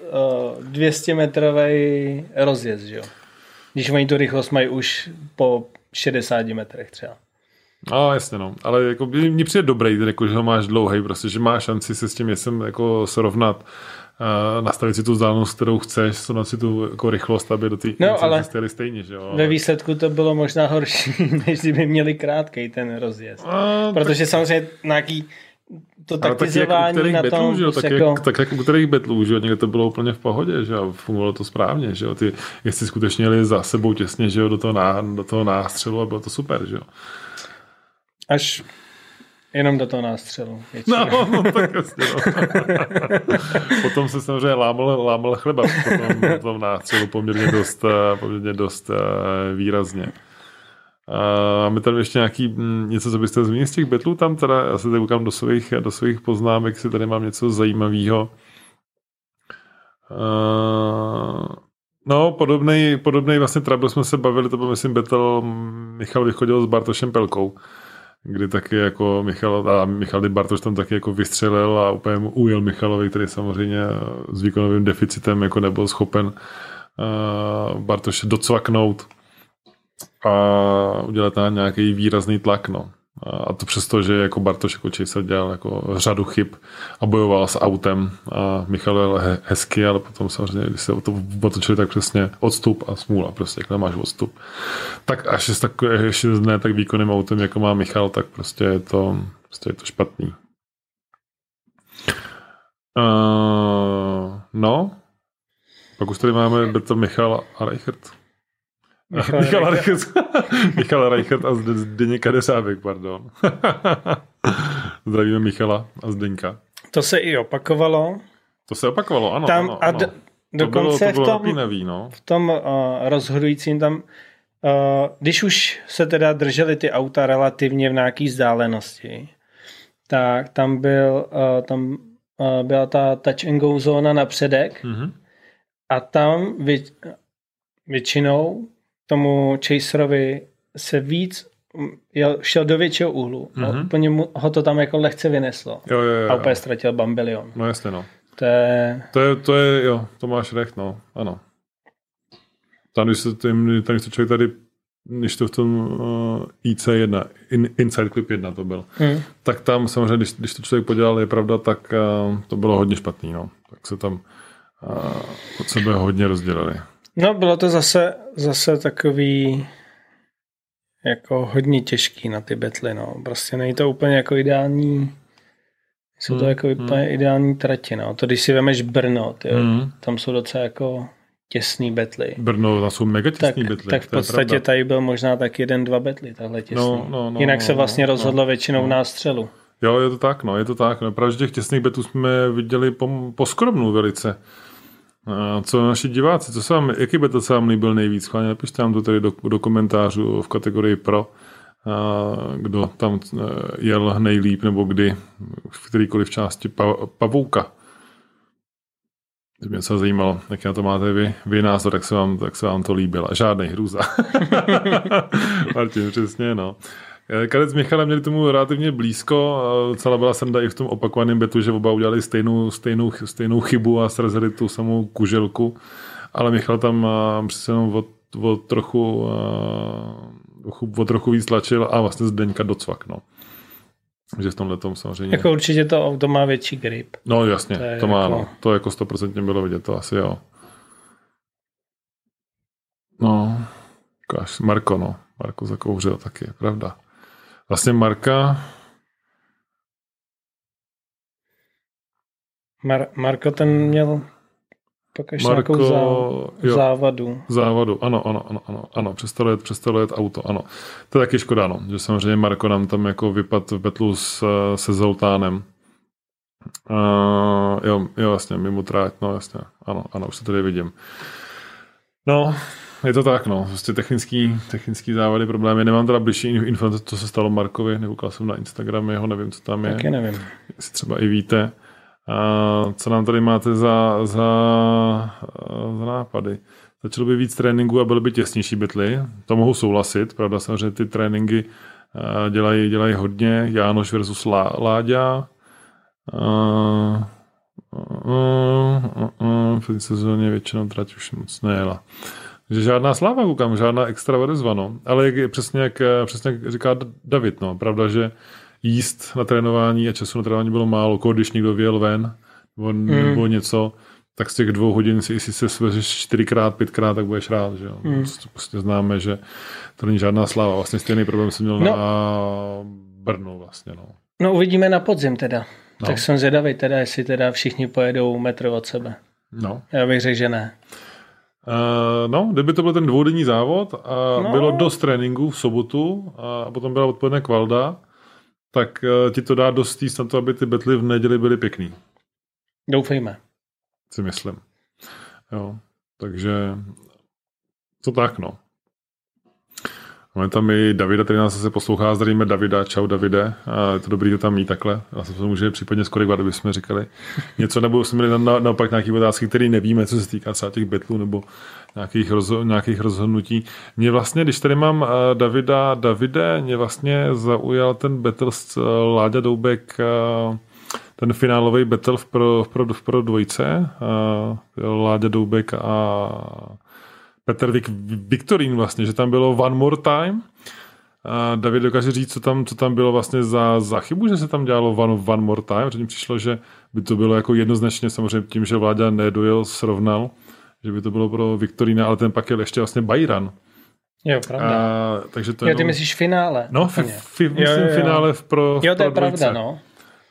200-metrový rozjezd, že jo? Když oni tu rychlost mají už po 60 metrech třeba. No, jasně, no. Ale jako mně přijde dobrý, jako, že ho máš dlouhej, prostě, že máš šanci se s tím jezdcem jako srovnat, nastavit si tu vzdálenost, kterou chceš, srovnat si tu jako rychlost, aby do té jeli stejně, že jo. Ve výsledku to bylo možná horší, než kdyby měli krátkej ten rozjezd. Protože samozřejmě nějaký to taktizování na tom... Tak jak u kterých betlů, že jo, někde to bylo úplně v pohodě, že jo, fungovalo to správně, že jo, ty jezdci skutečně jeli za sebou těsně, že jo, do toho nástřelu a bylo to super, že jo. Až jenom do toho nástřelu. No, tak jasně. No. Potom se samozřejmě lámal chleba v tom nástřelu poměrně dost výrazně. Máme tady ještě něco, co byste zmínili z těch betlů tam, teda já se tady koukám do svých poznámek, si tady mám něco zajímavého. No, podobnej vlastně trouble jsme se bavili, to byl myslím battle Michal vychodil s Bartošem Pelkou, kdy taky jako Michal Bartoš tam taky jako vystřelil a úplně mu ujel Michalovi, který samozřejmě s výkonovým deficitem jako nebyl schopen Bartoše docvaknout a udělat tam nějaký výrazný tlak, no. A to přesto, že jako Bartoš jako Chaser dělal jako řadu chyb a bojoval s autem a Michal jel hezky, ale potom samozřejmě, když se o to otočili, tak přesně odstup a smůla, prostě jak nemáš odstup. Tak až ještě ne tak výkonným autem, jako má Michal, tak prostě je to špatný. No, pak už tady máme Beto Michal a Reichert. Michal Reichert a Zdeněka Desábek, pardon. Zdravíme Michala a Zdeňka. To se i opakovalo. Ano. Tam, ano. Dokonce to bylo napínavý, no. V tom rozhodujícím tam, když už se teda drželi ty auta relativně v nějaký vzdálenosti, tak tam byla ta touch and go zóna na předek a tam většinou tomu Chaserovi se víc šel do většího úhlu. No, úplně ho to tam jako lehce vyneslo. Jo. A úplně ztratil bambilion. No jasně, no. To je jo, to máš recht, no. Ano. Tam, když se člověk tady, když to v tom IC1, Inside Clip 1 to byl, tak tam samozřejmě, když to člověk podělal, je pravda, tak to bylo hodně špatný, no. Tak se tam od sebe hodně rozdělili. No, bylo to zase takový jako hodně těžký na ty betly, no. Prostě není to úplně jako ideální, jsou to jako úplně ideální trati, no. To když si vemeš Brno, tam jsou docela jako těsný betly. Brno, tam jsou mega těsný betly. Tak v podstatě tady byl možná tak 1-2 betly, tahle těsný. Jinak se vlastně rozhodlo většinou v nástřelu. Jo, je to tak, no, je to tak. No, právě těch těsných betů jsme viděli po skromnu velice. Co naši diváci, jaký bet se vám líbil nejvíc? Chválně napište nám to tady do komentářů v kategorii pro, kdo tam jel nejlíp, nebo kdy, v kterýkoliv části pavouka. Kdyby mě se zajímalo, jak na to máte vy názor, tak se vám to líbilo. Žádnej hrůza. Martin, přesně, no. Kadec s Michalem měli tomu relativně blízko. Celá byla sranda i v tom opakovaném betu, že oba udělali stejnou chybu a srazili tu samou kuželku. Ale Michal tam přece jenom o trochu víc tlačil a vlastně Zdeňka docvak, no. Že v tomhle tom samozřejmě... Jako určitě to auto má větší grip. No jasně, to má, jako... no. To jako 100% bylo vidět, to asi jo. No, Marko zakouřil taky, pravda. Vlastně Marko ten měl pak až nějakou závadu. Ano, přestalo jet auto, ano. To je taky škoda, no, že samozřejmě Marko nám tam jako vypadl v betlu se Zoltánem. Jo, vlastně, mimo tráť, no jasně, ano, už to tady vidím. No, je to tak, no, prostě technický závady, problémy. Nemám teda blížší informace, co se stalo Markovi, nekoukal jsem na Instagram jeho, nevím, co tam je. Taky nevím. Jestli třeba i víte. Co nám tady máte za nápady? Začalo by víc tréninku a byly by těsnější betly. To mohu souhlasit, pravda, samozřejmě ty tréninky dělají hodně. Jánoš versus Láďa. V té sezóně většinou trať už moc nejela. Takže žádná sláva, koukám, žádná extra odezva, no. Ale přesně jak říká David, no. Pravda, že jíst na trénování a času na trénování bylo málo, když někdo vyjel ven nebo něco, tak z těch 2 hodin, jestli se svežeš 4x, 5x, tak budeš rád, že jo. Prostě známe, že to není žádná sláva. Vlastně stejný problém jsem měl na Brnu vlastně, no. No uvidíme na podzim teda. No. Tak jsem zvědavý teda, jestli teda všichni pojedou metr od sebe. No. Já bych řekl, že ne. No, kdyby to byl ten 2denní závod a bylo dost tréninku v sobotu a potom byla odpoledne kvalda, tak ti to dá dost jíst na to, aby ty betly v neděli byly pěkný. Doufejme. Si myslím. Jo, takže to tak, no. Máme tam i Davida, který nás zase poslouchá. Zdravíme Davida. Čau, Davide. Je to dobrý, to tam mít takhle. Já se to může případně skorigovat, aby jsme říkali něco, nebo jsme měli naopak nějaké otázky, které nevíme, co se týká třeba těch betlů nebo nějakých rozhodnutí. Mě vlastně, když tady mám Davide, mě vlastně zaujal ten battle s Láďa Doubek, ten finálový battle v pro dvojce. Láďa Doubek a Petr Viktorín vlastně, že tam bylo One More Time. A David dokáže říct, co tam bylo vlastně za chybu, že se tam dělalo One More Time, protože mi přišlo, že by to bylo jako jednoznačně samozřejmě tím, že Vláďa nedojel, srovnal, že by to bylo pro Viktorína, ale ten pak jel ještě vlastně Bajran. Jo, pravda. Takže to ty myslíš finále. No, myslím finále pro jo, to je dvojce. Pravda, no.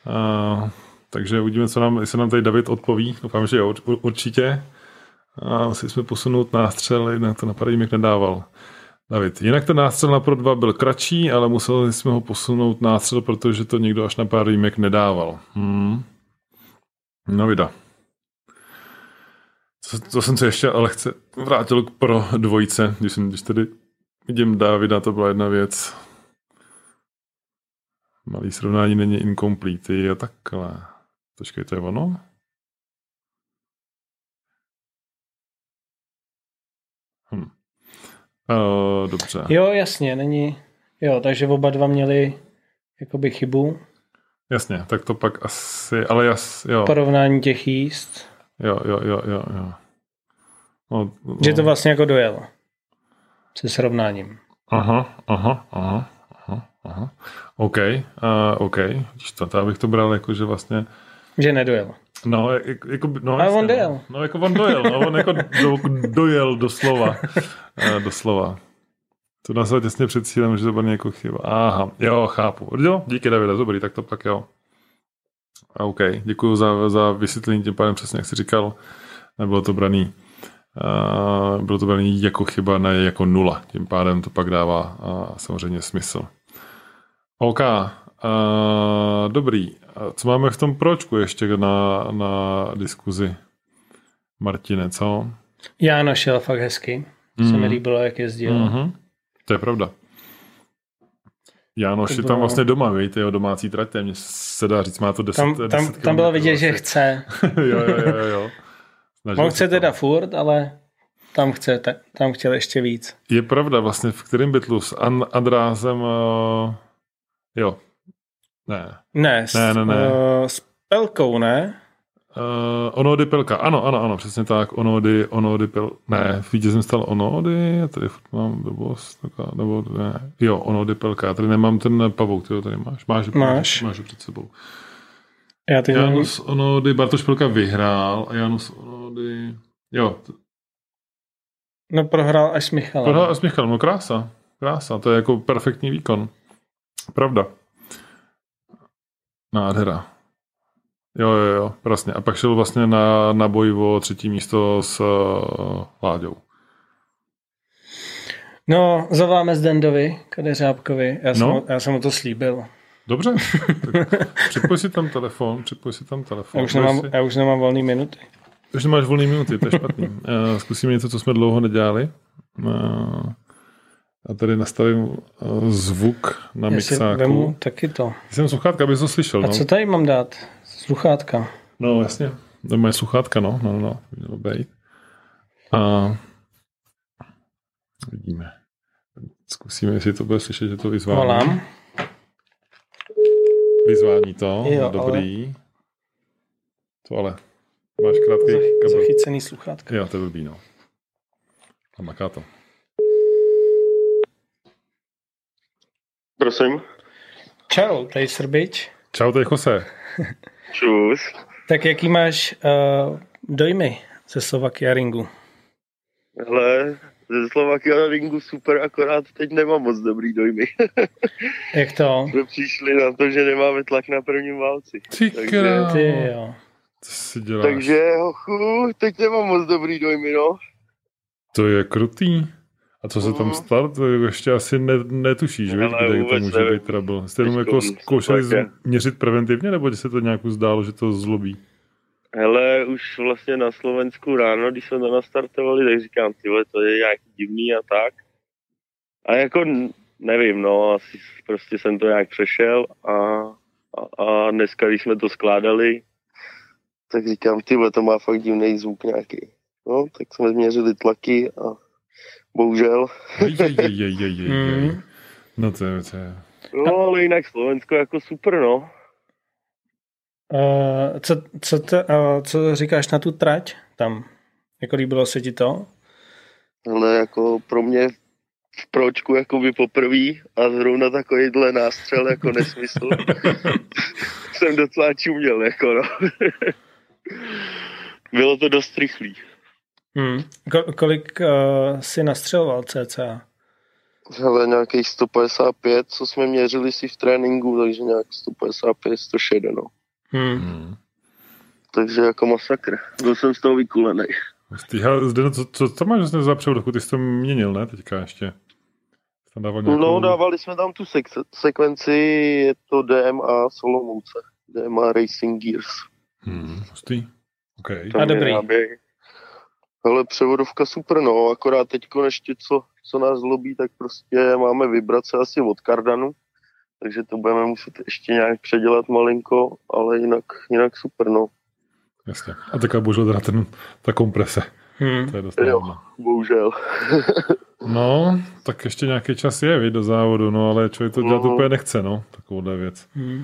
Takže uvidíme, jestli nám tady David odpoví. Doufám, že jo, určitě. A museli jsme posunout nástřel, jinak to na pár výjimek nedával. David, jinak ten nástřel na Pro 2 byl kratší, ale museli jsme ho posunout nástřel, protože to někdo až na pár výjimek nedával. No vida. To jsem se ještě ale vrátil k Pro dvojce, když tady vidím Davida, to byla jedna věc. Malý srovnání není incomplete, je takhle. Počkej, to je ono? Dobře. Jo, jasně, není. Jo, takže oba dva měli jakoby chybu. Jasně, tak to pak asi, ale jo. Porovnání těch jízd. Jo. No. Že to vlastně jako dojel. Se srovnáním. Aha. OK. To bych to bral jako, že vlastně... Že nedojel. No, ale on dojel. No, jako on dojel. No, on jako dojel doslova. To nás těsně před cílem, že to bude jako chyba. Aha, jo, chápu. Jo, díky, Davide, dobrý, tak to pak jo. OK, děkuju za vysvětlení, tím pádem přesně, jak jsi říkal, nebylo to braný. Bylo to braný jako chyba, ne jako 0. Tím pádem to pak dává samozřejmě smysl. OK, Dobrý. A co máme v tom pročku ještě na diskuzi? Martine, co? Jáno šel fakt hezky. Se mi líbilo, jak jezdil. Mm-hmm. To je pravda. Jánoš je tam vlastně doma, víte, jeho domácí trať, mně se dá říct, má to 10 tam bylo vidět, že chce. jo. On chce teda furt, ale tam chtěl ještě víc. Je pravda, vlastně v kterém bytlu s Andrásem, jo. Ne. S Pelkou, ne? Onody Pelka, ano, přesně tak, Onody Pelka, ne, vítězem stal Onody, já tady mám blbost, nebo ne, jo, Onody Pelka, já tady nemám ten pavouk, ty ho tady máš ho před sebou. Janus Onody, Bartoš Pelka vyhrál a Janus Onody, jo. No prohrál až s Michalem. No krása, to je jako perfektní výkon, pravda. Nádhera. Jo, vlastně. A pak šel vlastně na boj o 3. místo s Láďou. No, zavoláme Zdendovi, Kadeřábkovi. Já jsem mu to slíbil. Dobře. Připoj si tam telefon. Já už nemám volný minuty. Už nemáš volný minuty, to je špatný. Zkusíme něco, co jsme dlouho nedělali. A tady nastavím zvuk na mixáku. Já si vemu taky to. Jsem sluchátka, abys to slyšel. A co tady mám dát? Sluchátka. No jasně, to je moje sluchátka, no. Mělo být. A vidíme. Zkusíme, jestli to bude slyšet, že to vyzvání. Volám. Vyzvání to, jo, dobrý. Ale... To ale, máš krátký kabel. Zachycený sluchátka. Jo, to je blbý, no. A maká to. Prosím. Čau, tady Srbič. Čau, tady Jose. Čus. Tak jaký máš dojmy ze Slovakia Ringu? Hele, ze Slovakia Ringu super, akorát teď nemám moc dobrý dojmy. Jak to? Jsme přišli na to, že nemáme tlak na prvním válci. Ty jo. Co si děláš? Takže, hochu, teď nemám moc dobrý dojmy, no. To je krutý. A co se tam stalo, to ještě asi netušíš, víš, kde to může být trouble. Jste jenom jako zkoušeli měřit preventivně, nebo se to nějak zdálo, že to zlobí? Hele, už vlastně na Slovensku ráno, když jsme to nastartovali, tak říkám, tyhle, to je nějak divný a tak. A jako, nevím, no, asi prostě jsem to nějak přešel a dneska, když jsme to skládali, tak říkám, tyhle, to má fakt divný zvuk nějaký. No, tak jsme změřili tlaky a bohužel. No to je. No, ale jinak Slovensko jako super, no. Co říkáš na tu trať tam? Jako líbilo se ti to? Ale jako pro mě v pročku jako by poprvý a zrovna takovýhle nástřel jako nesmysl. Jsem docela čuměl, jako no. Bylo to dost rychlý. Kolik si nastřeloval cca? Hele, nějakých 155, co jsme měřili si v tréninku, takže nějak 155, 106, no. Takže jako masakr. Byl jsem z toho vykulenej. Co tam máš za převodu, ty jsi to měnil, ne, teďka ještě? No, dávali jsme tam tu sekvenci, je to DMA Solomouce. DMA Racing Gears. Hustý. Okay. A dobrý. Ale převodovka super, no, akorát teďko ještě co nás zlobí, tak prostě máme vibrace asi od kardanu, takže to budeme muset ještě nějak předělat malinko, ale jinak super, no. Jasně. A teďka bohužel teda ta komprese. To je dost jo, bohužel. No, tak ještě nějaký čas je, do závodu, no, ale člověk to dělat úplně nechce, no, takovouhle věc.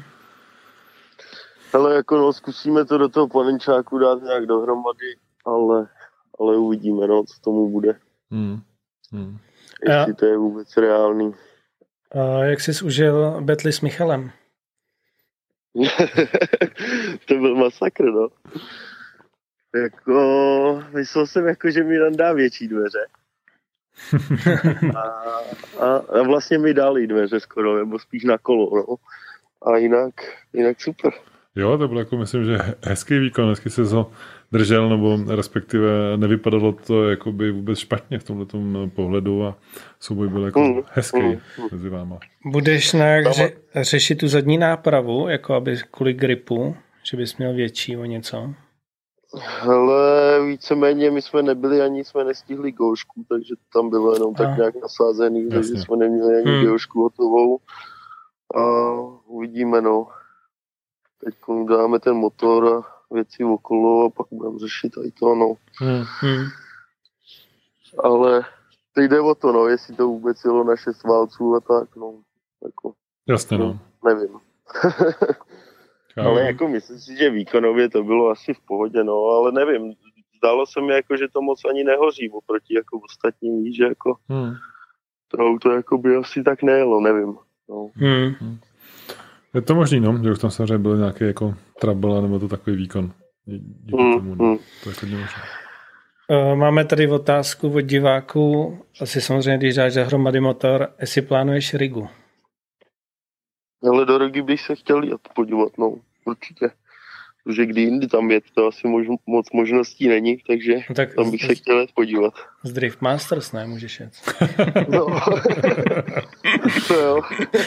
Ale jako no, zkusíme to do toho panenčáku dát nějak dohromady, ale uvidíme, no, co tomu bude. Jestli to je vůbec reálný. A jak jsi užil betli s Michalem? To byl masakr, no. Jako, myslel jsem, jako, že mi dá větší dveře. A vlastně mi dali dveře skoro, nebo spíš na kolo, no. A jinak super. Jo, to bylo jako, myslím, že hezký výkon, hezky se ho držel, nebo respektive nevypadalo to jakoby vůbec špatně v tomhletom pohledu a souboj byl jako hezký mezi váma. Budeš nějak řešit tu zadní nápravu, jako aby kvůli gripu, že bys měl větší o něco? Hele, víceméně my jsme nebyli ani jsme nestihli goušku, takže tam bylo jenom tak nějak nasázený, takže jsme neměli ani goušku hotovou. A uvidíme, no. Teď dáme ten motor a věci okolo a pak budeme řešit i to, no. Ale teď jde o to, no, jestli to vůbec jelo na 6 válců a tak, no. Jako, jasně, no. Nevím. Ale jako myslím si, že výkonově to bylo asi v pohodě, no, ale nevím. Zdálo se mi jako, že to moc ani nehoří oproti jako ostatním, víš, že jako to auto jako by asi tak nejelo, nevím. No. Je to možný, no, že už tam samozřejmě byl nějaký jako trouble, nebo to takový výkon. Díky tomu, no. To je hodně možné. Máme tady otázku od diváků. Asi samozřejmě, když dáš dohromady motor, jestli plánuješ rigu. Ale do Rigy bych se chtěl jít podívat, no, určitě. Protože kdy jindy tam jet, to asi moc možností není, takže no tak tam bych se chtěl jít podívat. Z Drift Masters, ne, můžeš jet. No. To jo.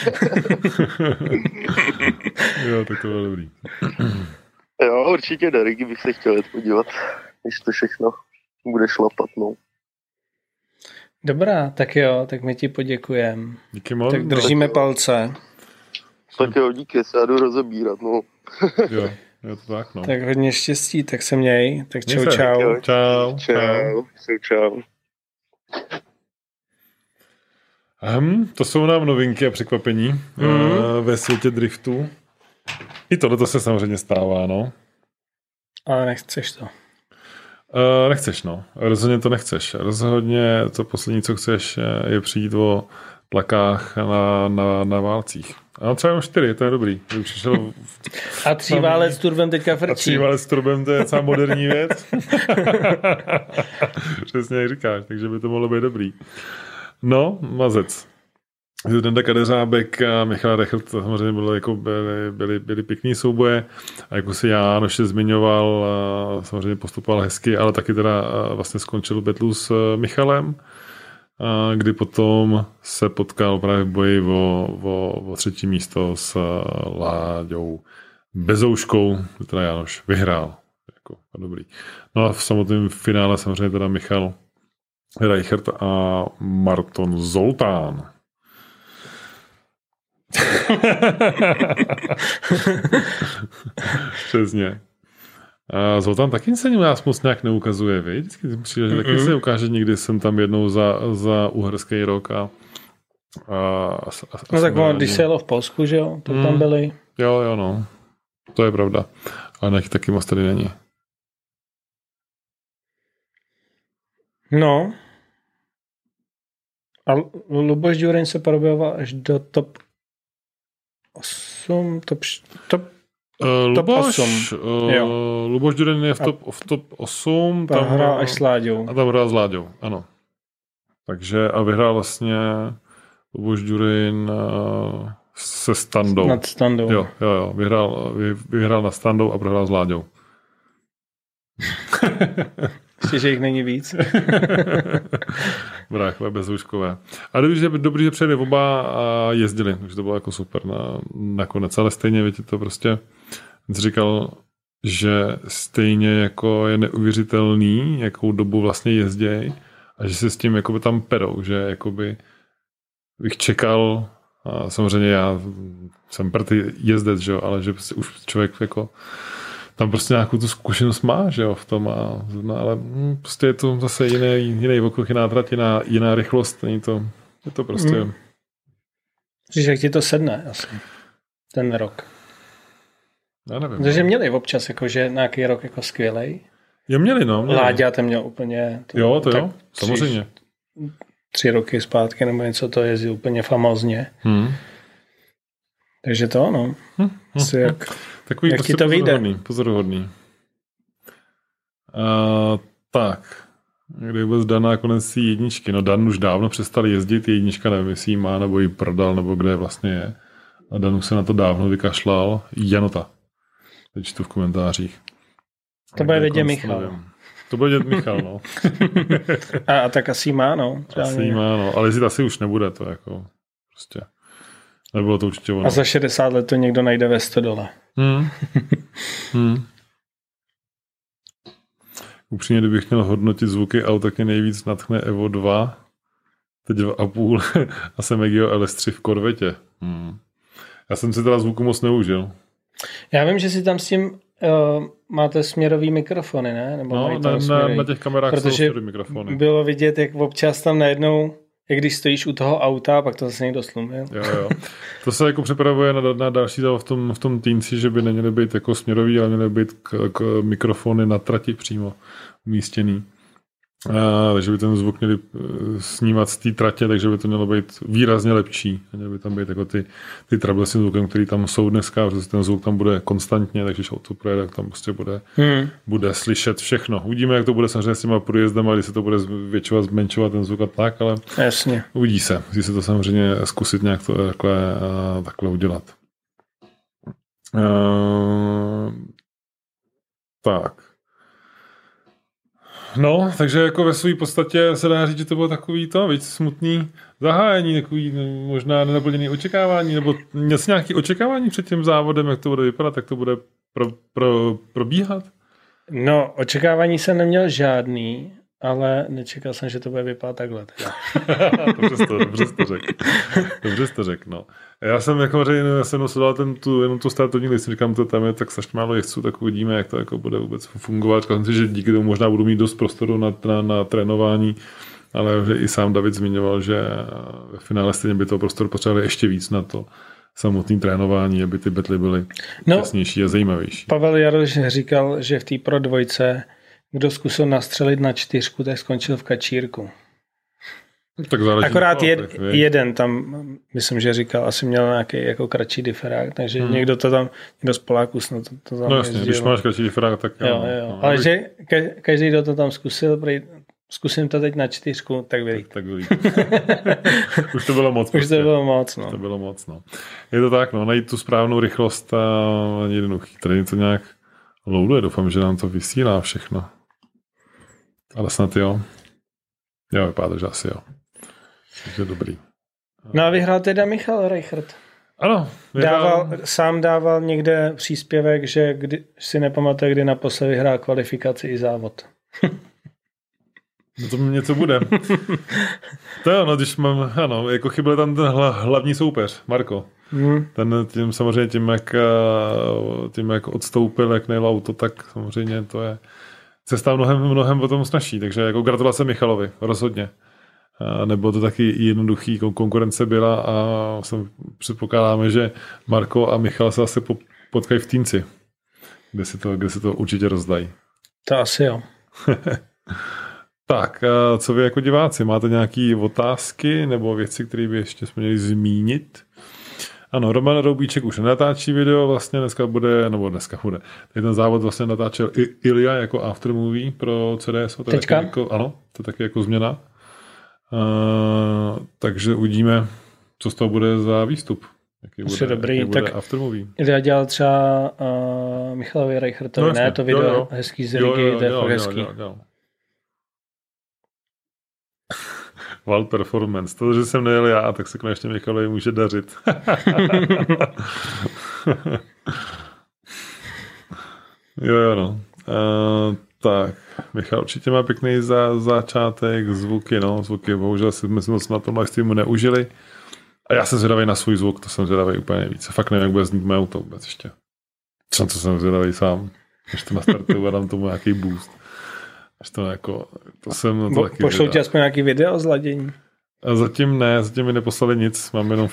Jo, tak to bylo dobrý. Jo, určitě do Rigy bych se chtěl jít podívat, když to všechno bude šlapat, no. Dobrá, tak jo, tak my ti poděkujeme. Díky moc. Tak držíme palce. Tak jo, díky, se já jdu rozebírat, no. Jo, je to tak, no. Tak hodně štěstí, tak se měj. Tak čau, čau. Jo, Čau. Čau. To jsou nám novinky a překvapení ve světě driftu. I tohle se samozřejmě stává, no. Ale nechceš to. Nechceš, no. Rozhodně to nechceš. Rozhodně to poslední, co chceš, je přijít o tlakách na válcích. A třeba jenom 4, to je dobrý. A 3 válec s turbem teďka frčí. A 3 válec s turbem, to je docela moderní věc. Přesně jak říkáš, takže by to mohlo být dobrý. No, mazec. Denda Kadeřábek a Michal Rechert, to samozřejmě bylo jako byly pěkný souboje. A jako si Jánoš zmiňoval, samozřejmě postupoval hezky, ale taky teda vlastně skončil betlu s Michalem, kdy potom se potkal právě v boji o 3. místo s Láďou Bezouškou, teda Jánoš vyhrál. Jako, dobrý. No a v samotném finále samozřejmě teda Michal Reichert a Marton Zoltán. Přesně. A Zoltán taky se nás moc nějak neukazuje, víš? Vždycky přijde, že taky se ukáže někdy, jsem tam jednou za uherský rok a no tak ono, když se jelo v Polsku, že jo? To tam byli. Jo, no. To je pravda. Ale nějaký taky moc tady není. No. A Luboš Ďurin se podoboval až do top 8, top Luboš, 8. Luboš Ďurin je v top 8. Tam hrál až s Láďou. A tam hrál s Láďou, ano. Takže a vyhrál vlastně Luboš Ďurin se Standou. Nad Standou. Jo. Vyhrál na Standou a prohrál s Láďou. Ještě, že jich není víc. Bráchové bezouškové. A dobrý, že přijeli oba a jezdili, takže to bylo jako super nakonec, ale stejně, víte, to prostě jsi říkal, že stejně jako je neuvěřitelný, jakou dobu vlastně jezděj a že se s tím jakoby tam perou, že jakoby bych čekal, a samozřejmě já jsem prý jezdec, že jo, ale že prostě už člověk jako tam prostě nějakou tu zkušenost má, že jo, v tom, ale prostě je to zase jiný okruh, jiná trať, jiná rychlost, není to, je to prostě... Říš, jak ti to sedne asi, ten rok? Já nevím. Protože měli občas jakože nějaký rok jako skvělej. Jo, měli. Láďa ten měl úplně... Jo, samozřejmě. 3 roky zpátky nebo něco, to jezdí úplně famózně. Takže to ono. Takový jak prostě ti to vyjde? Pozoruhodný. Tak. Kdy vůbec Dan nakonec si jedničky. No Dan už dávno přestal jezdit, jednička nevím, jestli ji má, nebo ji prodal, nebo kde vlastně je. A Dan už se na to dávno vykašlal. Janota. teď čtu v komentářích. To bude vědět Michal. Nevím. To bude vědět Michal, no. a tak asi má, no. Asi má, no. Ale asi už nebude to, jako prostě. Nebylo to určitě ono. A za 60 let to někdo najde ve stodole. Upřímně, kdybych měl hodnotit zvuky aut, tak je nejvíc nadchne Evo 2, teď 2,5 a Semegio LS3 v Corvette. Já jsem si teda zvuku moc neužil. Já vím, že si tam s tím máte směrový mikrofony, ne? Nebo no, na těch kamerách jsou směrový mikrofony. Bylo vidět, jak občas tam najednou, jak když stojíš u toho auta, pak to zase někdo slumil. Jo. To se jako připravuje na další závod v tom Teenci, že by neměly být jako směrový, ale měly být k mikrofony na trati přímo umístěný. Takže by ten zvuk měli snímat z té tratě, takže by to mělo být výrazně lepší. Měly by tam být jako ty trable s tím zvukem, který tam jsou dneska, protože ten zvuk tam bude konstantně, takže když auto projede, tak tam prostě bude slyšet všechno. Uvidíme, jak to bude samozřejmě s těma průjezdama, když se to bude zvětšovat, zmenšovat ten zvuk a tak, ale jasně. Uvidí se to samozřejmě zkusit nějak to takhle udělat. Tak. No, takže jako ve své podstatě se dá říct, že to bylo takový to, víc smutný zahájení, takový možná nenaplněný očekávání, nebo měl jsi nějaké očekávání před tím závodem, jak to bude vypadat, jak to bude probíhat? No, očekávání jsem neměl žádný, ale nečekal jsem, že to bude vypadat takhle. Dobře to řekl, no. Já jsem sledoval jenom tu startovní listu, říkám, to tam je tak strašně málo jezdců, tak uvidíme, jak to jako bude vůbec fungovat. Říkám si, že díky tomu možná budu mít dost prostoru na trénování, ale i sám David zmiňoval, že ve finále stejně by toho prostoru potřebovali ještě víc na to samotné trénování, aby ty betly byly jasnější a zajímavější. Pavel Jaroš říkal, že v té Pro 2, kdo zkusil nastřelit na 4, tak skončil v kačírku. Tak záleží. Akorát jeden tam, myslím, že říkal, asi měl nějaký jako kratší diferák, takže někdo z Poláků snad to tam jasně, když máš kratší diferák, tak jo. No, ale že každý, kdo to tam zkusil, zkusím to teď na 4, tak vylít. Tak vylít. Už to bylo moc. Už to bylo moc, no. To bylo moc, no. Je to tak, no, najít tu správnou rychlost a jednoduchý. Tady to nějak loaduje, doufám, že nám to vysílá všechno. Ale snad jo. Jo, vypadá to, že asi jo. Takže dobrý. No a vyhrál teda Michal Reichert. Ano. Sám dával někde příspěvek, že si nepamatuje, kdy naposledy vyhrál kvalifikaci i závod. No to něco bude. To je ono, když mám, ano, jako chyběl tam ten hlavní soupeř, Marko. Tím samozřejmě tím, jak odstoupil, jak nejel auto, tak samozřejmě to je cesta mnohem potom snažší, takže jako gratulace Michalovi, rozhodně. Nebo to taky jednoduchý, konkurence byla a předpokládáme, že Marko a Michal se asi potkají v Teenci, kde si to určitě rozdají. To asi jo. Tak, co vy jako diváci, máte nějaké otázky nebo věci, které by ještě jsme měli zmínit? Ano, Roman Roubíček už natáčí video, vlastně dneska bude. Tady ten závod vlastně natáčel Ilja jako aftermovie pro CDS. Teďka? Ano, to je taky jako změna. Takže uvidíme, co z toho bude za výstup. Jaký bude tak aftermovie. Ilja dělal třeba Michalovi Reichertovi, ne? To video jo. Hezký z Rigy, to je fakt hezký. Jo. Wild performance. To, že jsem nejel já, tak se konečně Michalovi může dařit. jo, no. Tak, Michal určitě má pěkný začátek, zvuky, bohužel jsme si moc na tom livestreamu neužili. A já jsem zvědavý na svůj zvuk, to jsem zvědavý úplně víc. Fakt nevím, jak bude znít moje auto vůbec ještě. Co jsem zvědavý sám, když to nastartuju a dám tomu nějaký boost. Pošlou ti aspoň nějaký video z ladění? A zatím mi neposlali nic, mám jenom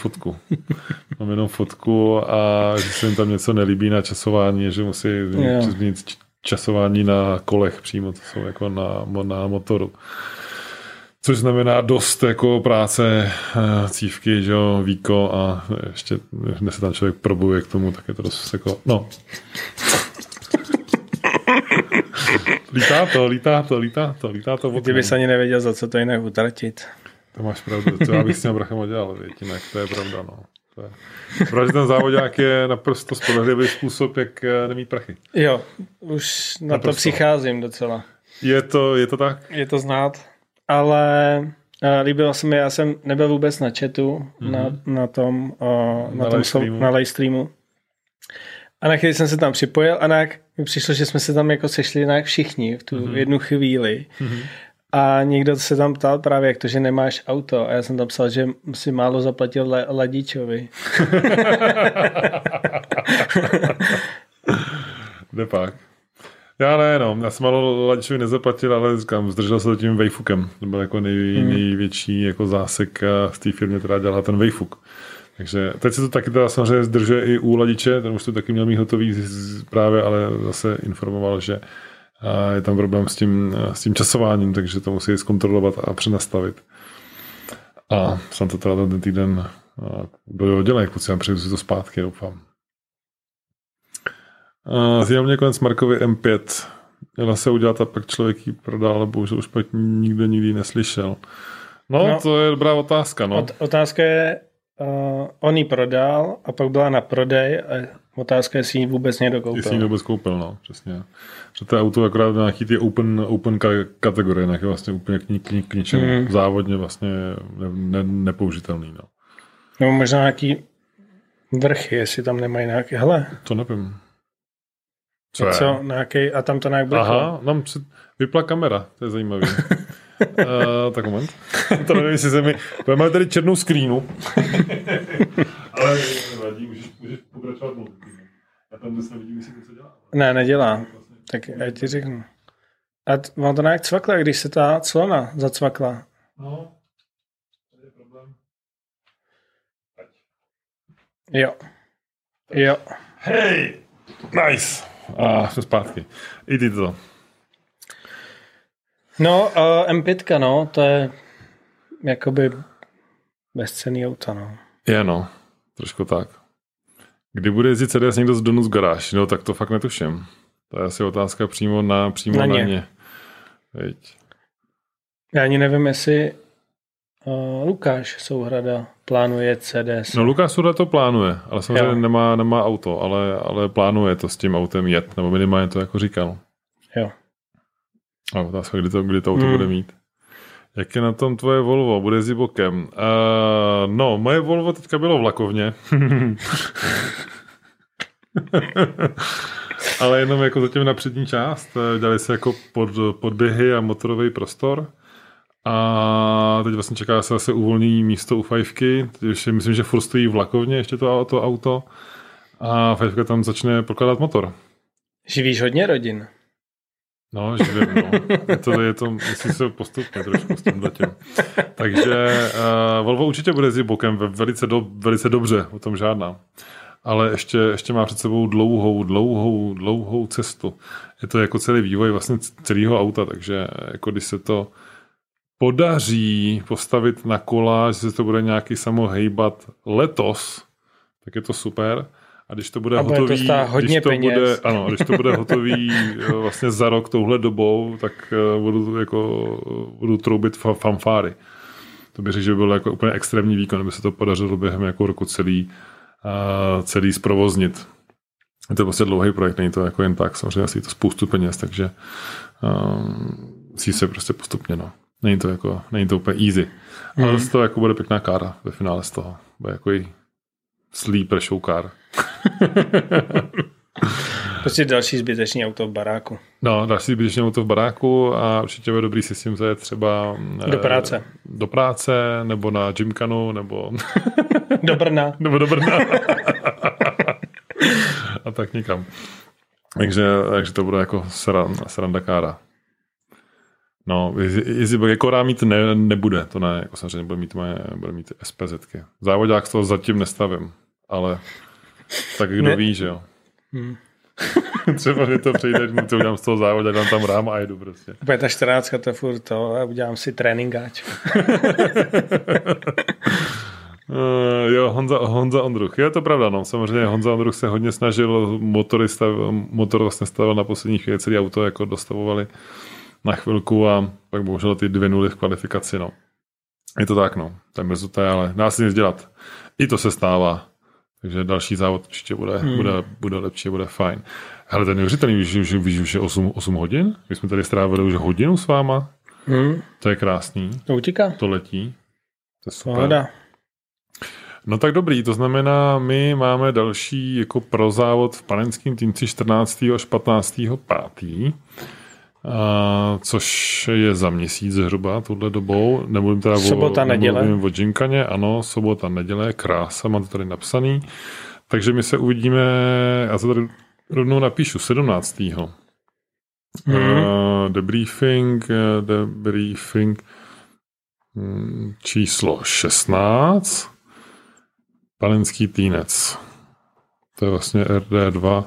fotku a že se jim tam něco nelíbí na časování, že musí změnit časování na kolech přímo, to jsou jako na motoru. Což znamená dost jako práce, cívky, že jo, víko a ještě než se tam člověk probuje k tomu, tak je to dost jako, no. Lítá to. Kdyby se ani nevěděl, za co to jinak utratit. To máš pravdu, to já bych s těma brachama dělal, jinak to je pravda, no. Protože ten závodák je naprosto spolehlivý způsob, jak nemít prachy. Jo, už na to přicházím docela. Je to tak? Je to znát, ale líbilo se mi, já jsem nebyl vůbec na chatu, na live streamu. A na chvíli jsem se tam připojil a mi přišlo, že jsme se tam jako sešli všichni v tu jednu chvíli. A někdo se tam ptal právě, jak to, že nemáš auto. A já jsem tam psal, že si málo zaplatil Ladičovi. Jde pak. Já ne, no. Já jsem málo Ladičovi nezaplatil, ale říkám, zdržel se tím Wayfookem. To byl jako největší jako zásek v té firmě, která dělala ten Wayfook. Takže teď se to taky teda samozřejmě zdržuje i u Ladiče, ten už to taky měl mít hotový právě, ale zase informoval, že je tam problém s tím časováním, takže to musí zkontrolovat a přenastavit. A jsem to teda ten týden byl oddělený, potřeba přejdu si to zpátky, doufám. Zjel mě konec Markovi M5. Měla se udělat a pak člověk ji prodal, ale bohužel už pak nikdo nikdy neslyšel. No, to je dobrá otázka. No. Otázka je, on ji prodal a pak byla na prodej a otázka je, jestli ji vůbec někdo koupil. Jestli ji vůbec koupil, no, přesně. Že to je auto akorát na nějaký ty open kategorie, nějaké vlastně úplně k ničemu. Závodně vlastně nepoužitelný, no. Nebo možná nějaký vrchy, jestli tam nemají nějaké, hele. To nevím. Co? Nějaký, a tam to nějak bylo? Aha, nám vypla kamera, to je zajímavý. Tak moment. To nevím, jestli se mi... Máme tady černou skřínu. Ale nevadí, můžeš pokračovat multiplně. Já tam dnes nevidím, jestli něco dělá. Ne, nedělá. Tak já ti řeknu. A mám to nějak cvakla, když se ta clona zacvakla. No, tady je problém. Ať. Jo. Hej! Nice! A jsme zpátky. I ty to. No, M5, no, to je jakoby bezcenný auto, no. Je, no. Trošku tak. Kdy bude jezdit CDS někdo z Donus Garage? No, tak to fakt netuším. To je asi otázka přímo na ně. Veď. Já ani nevím, jestli Lukáš Souhrada plánuje CDS. No, Lukáš Souhrada to plánuje, ale samozřejmě nemá auto, ale plánuje to s tím autem jet, nebo minimálně to jako říkal. Jo. A otázka, kdy to auto bude mít. Jak je na tom tvoje Volvo? Bude jezdit bokem? No, moje Volvo teďka bylo v lakovně. Ale jenom jako zatím na přední část. Dělali se jako podběhy a motorový prostor. A teď vlastně čeká se zase uvolní místo u Fajfky. Teď myslím, že furt stojí v lakovně ještě to auto. A Fajfka tam začne prokládat motor. Živíš hodně rodin? No, živím, no. Je to myslím se postupně trošku s tím letím. Takže Volvo určitě bude jezdit bokem velice dobře, o tom žádná. Ale ještě má před sebou dlouhou cestu. Je to jako celý vývoj vlastně celého auta, takže jako když se to podaří postavit na kola, že se to bude nějaký samohejbat letos, tak je to super. A když to bude hotový, když to bude hotový vlastně za rok touhle dobou, tak budu troubit fanfáry. To bych řekl, že by byl jako úplně extrémní výkon, aby se to podařilo během jako roku celý zprovoznit. Je to prostě dlouhý projekt, není to jako jen tak, samozřejmě asi to spoustu peněz, takže musí se prostě postupně, no. Není to úplně easy. Ale z toho jako bude pěkná kára ve finále z toho. Bude jako i sleeper show car. Prostě další zbytečný auto v baráku. No, další zbytečný auto v baráku a určitě bude dobrý si s tím zajet třeba do práce, nebo na gymkanu, nebo do Brna. A tak někam. Takže to bude jako sranda kára. No, jako rámít nebude, to ne, jako samozřejmě bude mít SPZky. Závodák z toho zatím nestavím, ale tak kdo ví, že jo. Třeba mi to přijde, že to udělám z toho závodák, dám tam rám a jedu prostě. Bude ta 14, to je furt to a udělám si tréninkáč. Jo, Honza Ondruch. Je to pravda, no. Samozřejmě Honza Ondruch se hodně snažil, motor vlastně stavil na poslední chvíli, celý auto jako dostavovali na chvilku a pak bohužel ty 2 nuly v kvalifikaci, no. Je to tak, no. To je mrzuté, ale dá se nic dělat. I to se stává. Takže další závod určitě bude lepší, bude fajn. Hele, to je neuvěřitelný, víš, už je 8 hodin. My jsme tady strávili už hodinu s váma. To je krásný. To utíká. To letí. To je super. Pohoda. No tak dobrý, to znamená, my máme další jako prozávod v panenském týmci 14. až 15. 5. Což je za měsíc zhruba touhle dobou. Nemluvím teda sobota, neděle. O Gymkaně, ano, sobota, neděle, krása, mám to tady napsaný. Takže my se uvidíme, já to tady rovnou napíšu, 17. Debriefing číslo 16. Panenský Týnec. To je vlastně RD2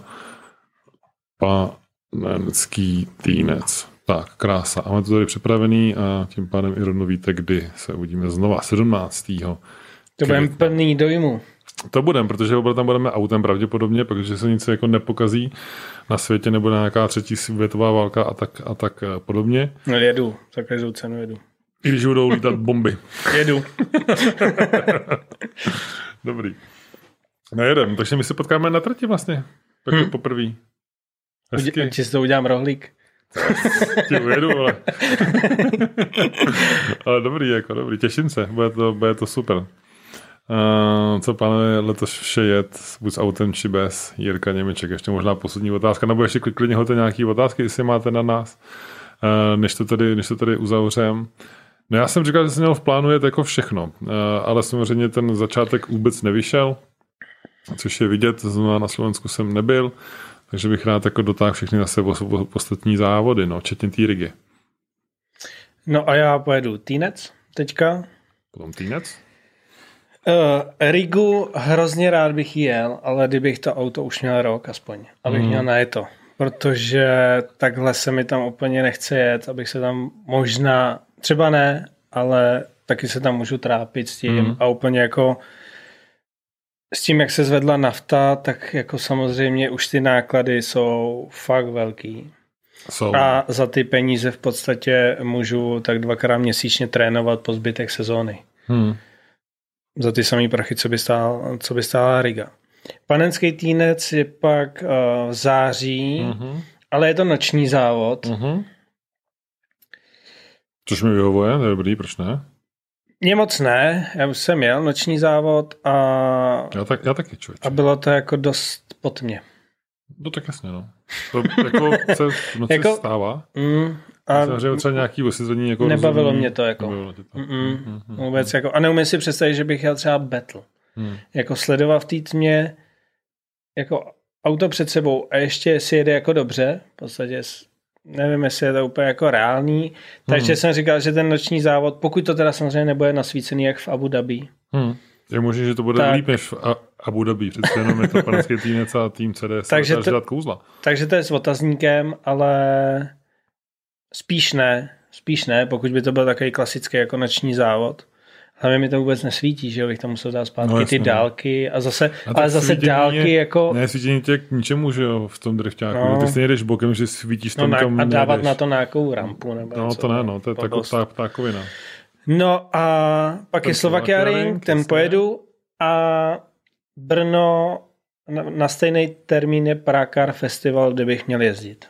Panenský Týnec. Tak, krása. A máme to tady připravený a tím pádem i rovnou víte, kdy se uvidíme znova. 17. To budeme plný dojmu. To budeme, protože tam budeme autem pravděpodobně, protože se nic jako nepokazí na světě, nebo nějaká třetí světová válka a tak podobně. No jedu, za každou cenu jedu. I když budou lítat bomby. Jedu. Dobrý. Nejedem, takže my se potkáme na trati vlastně. Tak poprvý. Či si to udělám rohlík. Ti ujedu, ale... ale dobrý, těším se, bude to super. Co pánové letos vše jet, buď s autem či bez? Jirka Němeček, ještě možná poslední otázka, nebo ještě klidně hoďte nějaký otázky, jestli máte na nás, než to tady uzavřem. No já jsem říkal, že jsem měl v plánu jet jako všechno, ale samozřejmě ten začátek vůbec nevyšel, což je vidět, na Slovensku jsem nebyl, takže bych rád jako dotáhl všechny zase ostatní závody, no, včetně té Rigy. No a já pojedu Týnec teďka. Potom Týnec? Rigu hrozně rád bych jel, ale kdybych to auto už měl rok aspoň, abych měl najeto. Protože takhle se mi tam úplně nechce jet, abych se tam možná, třeba ne, ale taky se tam můžu trápit s tím a úplně jako s tím, jak se zvedla nafta, tak jako samozřejmě už ty náklady jsou fakt velký. A za ty peníze v podstatě můžu tak 2krát měsíčně trénovat po zbytek sezóny. Za ty samý prachy, co by stála Riga. Panenský Týnec je pak v září, ale je to noční závod. Což mi vyhovuje, to je dobrý, proč ne? Mně moc ne, já už jsem jel noční závod a já taky, člověče. A bylo to jako dost pod mě. No tak jasně, no. To jako se v noci jako, stává. A samozřejmě třeba nějaký osvětlení jako nebavilo rozumí, mě to jako. Vůbec jako. A neumím si představit, že bych jel třeba battle. Jako sledoval v té tmě jako auto před sebou a ještě si jede jako dobře. V podstatě nevím, jestli je to úplně jako reálný. Takže jsem říkal, že ten noční závod, pokud to teda samozřejmě nebude nasvícený jak v Abu Dhabi. Je možné, že to bude líp než v Abu Dhabi. Přece jenom je to Panenský Týnec a tým CDS. Takže to kouzla. Takže to je s otazníkem, ale spíš ne, pokud by to byl takový klasický jako noční závod. Hlavně mi to vůbec nesvítí, že jo, bych tam musel dát zpátky ty dálky a zase dálky jako... Ne, svítění tě k ničemu, že jo, v tom drifťáku. No. Ty si nejdeš bokem, že svítíš tam, kam a dávat nejdeš. Na to nějakou rampu nebo no, něco. To ne, no, to je taková ptákovina. No a pak je Slovakia Ring, ten pojedu a Brno na stejný termín je Prague Festival, kde bych měl jezdit.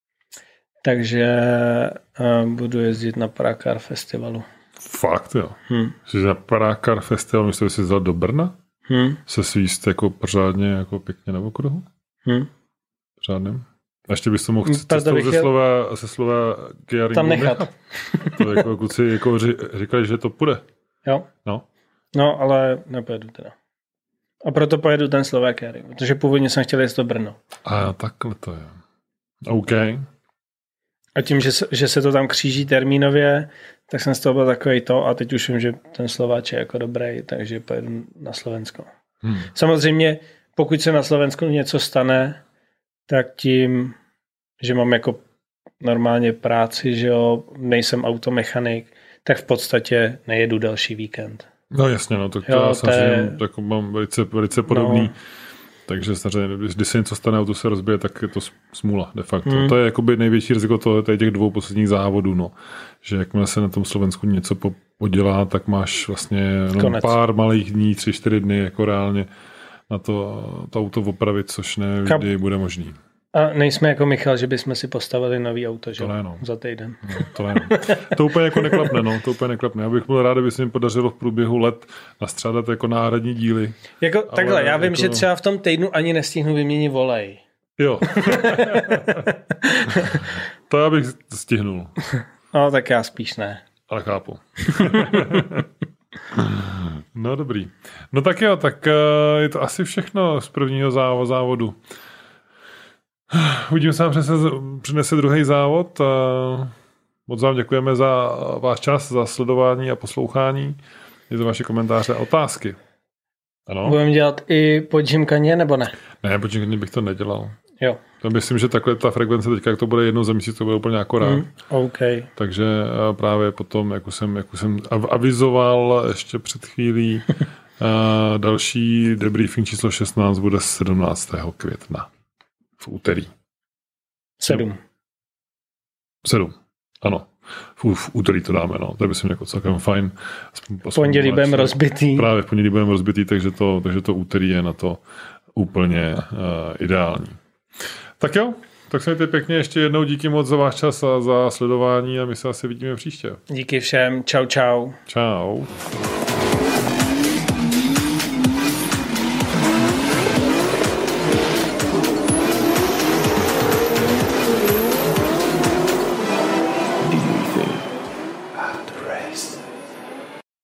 Takže budu jezdit na Prague Festivalu. Fakt, jo. Že na Prague Festival, myslím, že jsi vzal do Brna? Se svíst jako pořádně jako pěkně na okruhu? Pořádným? A ještě bys to mohl cestou ze slova Ringu tam nechat. To jako kluci jako říkali, že to půjde. Jo. No, ale nepojedu teda. A proto pojedu ten Slovakia Ring, protože původně jsem chtěl jít do Brno. A takhle to je. OK. A tím, že se to tam kříží termínově, tak jsem z toho byl takový to a teď už vím, že ten Slováč je jako dobrý, takže pojedu na Slovensko. Samozřejmě, pokud se na Slovensku něco stane, tak tím, že mám jako normálně práci, že jo, nejsem automechanik, tak v podstatě nejedu další víkend. No jasně, no, tak to já samozřejmě jako mám velice podobný. No. Takže samozřejmě, když se něco stane, auto se rozbije, tak je to smůla de facto. To je jakoby největší riziko těch 2 posledních závodů, no. Že jakmile se na tom Slovensku něco oddělá, tak máš vlastně pár malých dní, 3-4 dny jako reálně na to auto opravit, což ne vždy bude možný. A nejsme jako Michal, že bychom si postavili nový auto, že? To ne, no. Za týden. No, to ne, no. To úplně jako neklapne, no. To úplně neklapne. Já bych byl rád, aby se mi podařilo v průběhu let nastřádat jako náhradní díly. Jako, takhle, já vím, že třeba v tom týdnu ani nestihnu vyměnit volej. Jo. To já bych stihnul. No, tak já spíš ne. Ale chápu. No dobrý. No tak jo, tak je to asi všechno z prvního závodu. Uvidíme se vám přinese druhý závod. Moc vám děkujeme za váš čas, za sledování a poslouchání, i za vaše komentáře a otázky. Ano? Budeme dělat i po Gymkhaně, nebo ne? Ne, po Gymkhaně bych to nedělal. Jo. To myslím, že takhle ta frekvence teďka, jak to bude jednou za měsíc, to bude úplně akorát. Okay. Takže právě potom, jak už jsem avizoval ještě před chvílí, další debriefing číslo 16 bude 17. května. V úterý. 7. Ano. V úterý to dáme, no. To by si jako celkem fajn. V pondělí budeme rozbitý. Právě v pondělí budeme rozbitý, takže to úterý je na to úplně ideální. Tak jo, tak se mějte pěkně. Ještě jednou díky moc za váš čas a za sledování a my se asi vidíme příště. Díky všem. Čau, čau. Čau.